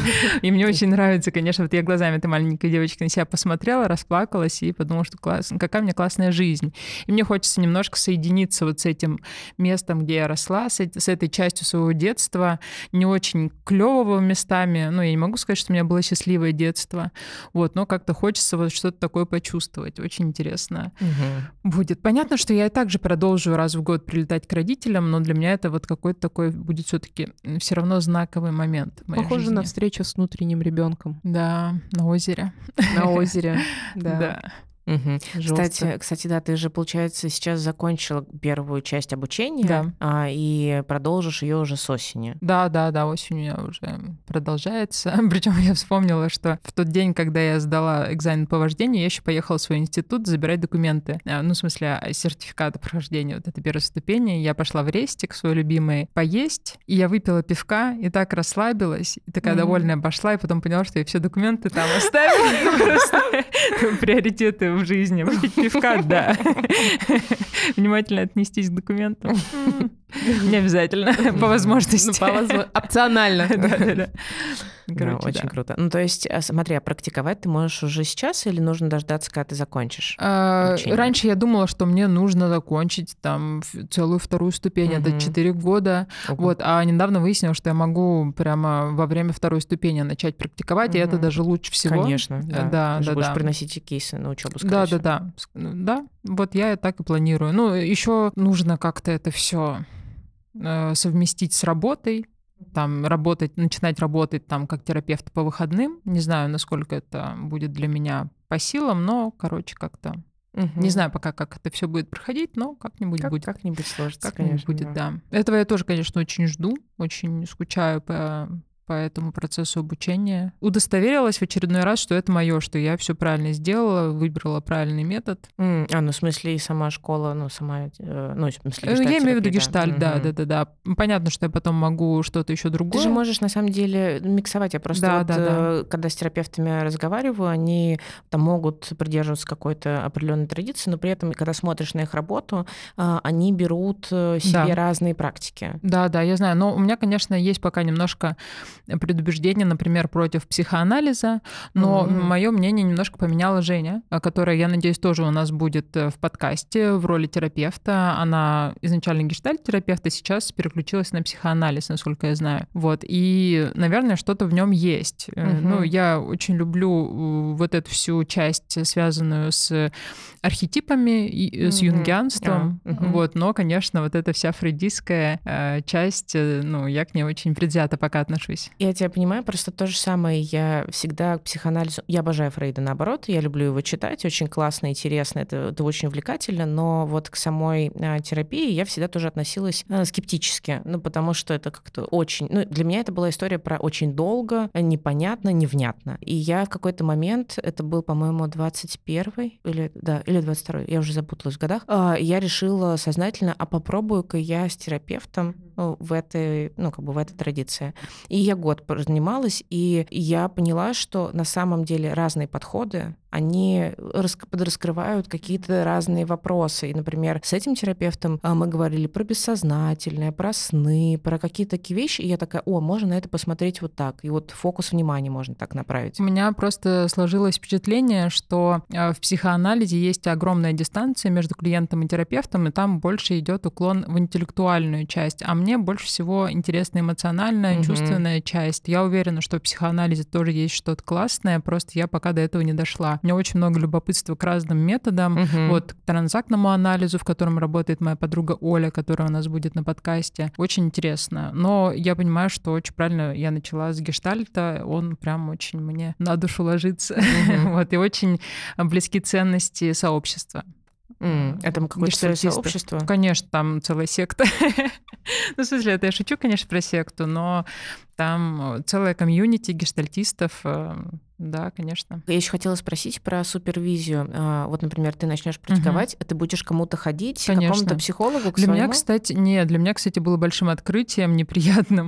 И мне очень нравится, конечно, вот я глазами этой маленькой девочки на себя посмотрела, расплакалась и подумала, что классно, какая у меня классная жизнь. И мне хочется немножко соединиться вот с этим местом, где я росла, с, эт- с этой частью своего детства, не очень клевого местами. Ну, я не могу сказать, что у меня было счастливое детство. Вот, но как-то хочется вот что-то такое почувствовать. Очень интересно Мгм. будет. Понятно, что я и также продолжу раз в год прилетать к родителям, но для меня это вот какой-то такой будет все-таки все равно знаковый момент в моей Похоже жизни. на встречу с внутренним ребенком Да, на озере. на озере. Да. Да. Мгм. Жёстко. Кстати, кстати, да, ты же, получается, сейчас закончила первую часть обучения, Да. а, и продолжишь ее уже с осени. Да, да, да, осень у меня уже продолжается. Причем я вспомнила, что в тот день, когда я сдала экзамен по вождению, я еще поехала в свой институт забирать документы. А, Ну, в смысле, а, сертификат о прохождении вот этой первой ступени. Я пошла в рестик свой любимый поесть, и я выпила пивка, и так расслабилась, и такая Мгм. довольная пошла, и потом поняла, что я все документы там оставила. Просто приоритеты в жизни. Выпить пивка, да. Внимательно отнестись к документам. М. Не обязательно, по возможности. Опционально. Короче, очень круто. Ну, то есть, смотри, а практиковать ты можешь уже сейчас или нужно дождаться, когда ты закончишь? Раньше я думала, что мне нужно закончить там целую вторую ступень, это четыре года. Вот, а недавно выяснилось, что я могу прямо во время второй ступени начать практиковать, и это даже лучше всего. Конечно, да. Да, ты же да, будешь да. приносить и кейсы на учебу, скорее Да, всего. да, да. Да, вот я так и планирую. Ну, еще нужно как-то это все совместить с работой, там работать, начинать работать там как терапевт по выходным. Не знаю, насколько это будет для меня по силам, но, короче, как-то угу. Не знаю пока, как это все будет проходить, но как-нибудь как, будет. Как-нибудь сложится, как-нибудь конечно. будет, да. да. Этого я тоже, конечно, очень жду, очень скучаю по по этому процессу обучения. Удостоверилась в очередной раз, что это мое, что я все правильно сделала, выбрала правильный метод. Mm, а, ну, в смысле, и сама школа, ну, сама, э, ну, в смысле, гештальт-терапия. Я имею в виду гештальт, да, да, да, да, да. Понятно, что я потом могу что-то еще другое. Ты же можешь, на самом деле, миксовать. Я просто да, вот, да, да. когда с терапевтами разговариваю, они там могут придерживаться какой-то определенной традиции, но при этом, когда смотришь на их работу, они берут себе да. разные практики. Да, да, я знаю. Но у меня, конечно, есть пока немножко предубеждение, например, против психоанализа, но mm-hmm. мое мнение немножко поменяла Женя, которая, я надеюсь, тоже у нас будет в подкасте в роли терапевта. Она изначально гештальт-терапевт, а сейчас переключилась на психоанализ, насколько я знаю. Вот. И, наверное, что-то в нем есть. Mm-hmm. Ну, я очень люблю вот эту всю часть, связанную с архетипами, и с mm-hmm. юнгианством. Yeah. Mm-hmm. Вот. Но, конечно, вот эта вся фрейдистская э, часть, ну, я к ней очень предвзято пока отношусь. Я тебя понимаю, просто то же самое. Я всегда к психоанализу... Я обожаю Фрейда, наоборот. Я люблю его читать. Очень классно, интересно. Это, это очень увлекательно. Но вот к самой а, терапии я всегда тоже относилась а, скептически. Ну, потому что это как-то очень... Ну, для меня это была история про очень долго, непонятно, невнятно. И я в какой-то момент, это был, по-моему, двадцать первый или, да, или двадцать второй, я уже запуталась в годах, а, я решила сознательно, а попробую-ка я с терапевтом ну, в этой, ну, как бы в этой традиции. И я год занималась, и я поняла, что на самом деле разные подходы, они подраскрывают какие-то разные вопросы. И, например, с этим терапевтом мы говорили про бессознательное, про сны, про какие-то такие вещи, и я такая, о, можно на это посмотреть вот так, и вот фокус внимания можно так направить. У меня просто сложилось впечатление, что в психоанализе есть огромная дистанция между клиентом и терапевтом, и там больше идет уклон в интеллектуальную часть, а мне больше всего интересна эмоциональная, угу. чувственная часть. Я уверена, что в психоанализе тоже есть что-то классное, просто я пока до этого не дошла. У меня очень много любопытства к разным методам, угу. вот к транзактному анализу, в котором работает моя подруга Оля, которая у нас будет на подкасте. Очень интересно. Но я понимаю, что очень правильно я начала с гештальта, он прям очень мне на душу ложится. Угу. Вот, и очень близки ценности сообщества. Mm, это какое-то целое сообщество? Конечно, там целая секта. Ну, в смысле, это я шучу, конечно, про секту, но там целая комьюнити гештальтистов, да, конечно. Я еще хотела спросить про супервизию. Вот, например, ты начнешь практиковать, угу. ты будешь кому-то ходить, конечно. К какому-то психологу, к для своему? Меня, кстати, нет, для меня, кстати, было большим открытием, неприятным,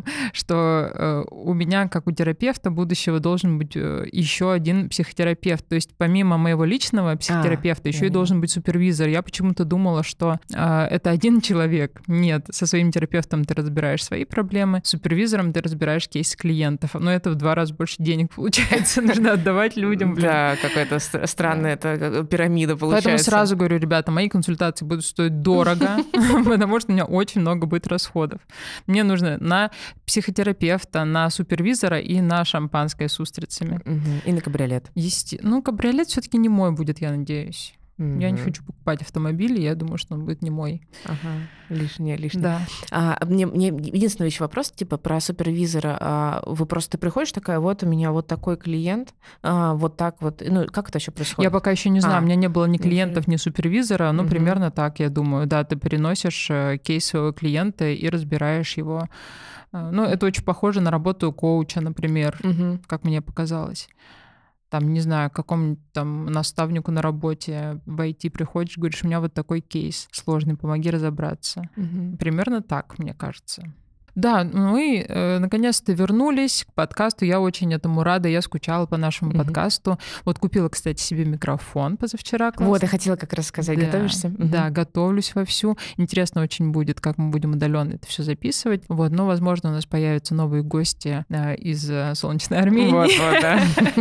что у меня, как у терапевта будущего, должен быть еще один психотерапевт. То есть помимо моего личного психотерапевта, а, еще и должен быть супервизор. Я почему-то думала, что это один человек. Нет, со своим терапевтом ты разбираешь свои проблемы, с супервизором ты разбираешь кейсы клиентов. Но это в два раза больше денег получается. Нужно отдавать людям. Блин. Да, какая-то странная это пирамида получается. Поэтому сразу говорю, ребята, мои консультации будут стоить дорого, потому что у меня очень много будет расходов. Мне нужно на психотерапевта, на супервизора и на шампанское с устрицами. И на кабриолет. Ну, кабриолет все-таки не мой будет, я надеюсь. Mm-hmm. Я не хочу покупать автомобиль, я думаю, что он будет не мой. Ага, лишнее, лишнее. Да. А, мне, мне единственный еще вопрос, типа, про супервизора. А, вы просто ты приходишь такая, вот у меня вот такой клиент, а, вот так вот. Ну, как это еще происходит? Я пока еще не знаю, а, у меня не было ни клиентов, ни супервизора, но mm-hmm. примерно так, я думаю. Да, ты переносишь кейс своего клиента и разбираешь его. Ну, это очень похоже на работу коуча, например, mm-hmm. как мне показалось. Там, не знаю, к какому-нибудь там наставнику на работе в ай ти приходишь, говоришь, у меня вот такой кейс сложный, помоги разобраться. Угу. Примерно так, мне кажется. Да, мы э, наконец-то вернулись к подкасту. Я очень этому рада. Я скучала по нашему mm-hmm. подкасту. Вот купила, кстати, себе микрофон позавчера. Классно. Вот, я хотела как раз сказать. Да, готовишься? Mm-hmm. Да, готовлюсь вовсю. Интересно очень будет, как мы будем удаленно это все записывать. Вот, но, возможно, у нас появятся новые гости э, из э, Солнечной Армении. Вот, вот, да.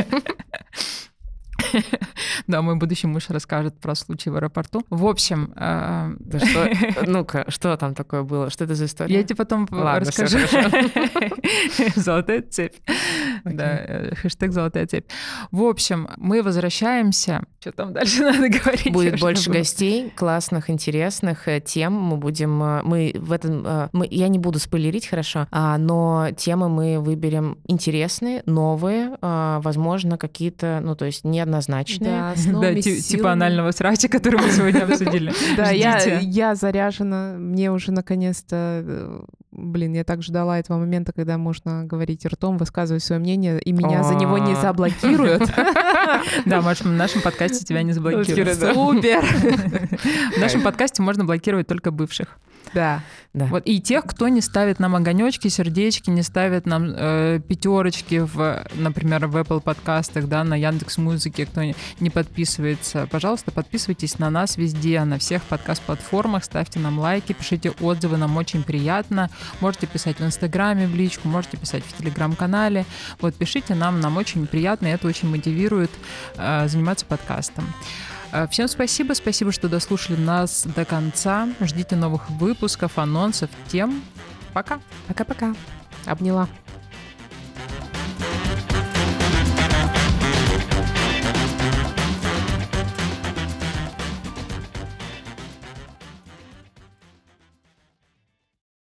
Да, мой будущий муж расскажет про случай в аэропорту. В общем... Э... Да что? Ну-ка, что там такое было? Что это за история? Я тебе потом Ладно, расскажу. Золотая цепь. Да, хэштег «Золотая цепь». В общем, мы возвращаемся. Что там дальше надо говорить? Будет больше гостей, классных, интересных тем. Мы будем... Мы в этом... Мы, я не буду спойлерить, хорошо, но темы мы выберем интересные, новые, возможно, какие-то, ну, то есть неоднозначные. Да, да типа анального срача, который мы сегодня обсудили. Да, я, я заряжена. Мне уже наконец-то... Блин, я так ждала этого момента, когда можно говорить ртом, высказывать свое мнение, и меня за него не заблокируют. Да, в нашем подкасте тебя не заблокируют. Супер! В нашем подкасте можно блокировать только бывших. Да. Да. Вот, и тех, кто не ставит нам огонечки, сердечки, не ставит нам э, пятерочки, в, например, в Apple подкастах, да, на Яндекс.Музыке, кто не, не подписывается, пожалуйста, подписывайтесь на нас везде, на всех подкаст-платформах, ставьте нам лайки, пишите отзывы, нам очень приятно. Можете писать в Инстаграме, в личку, можете писать в Телеграм-канале. Вот, пишите нам, нам очень приятно, и это очень мотивирует э, заниматься подкастом. Всем спасибо, спасибо, что дослушали нас до конца. Ждите новых выпусков, анонсов, тем. Пока. Пока-пока. Обняла.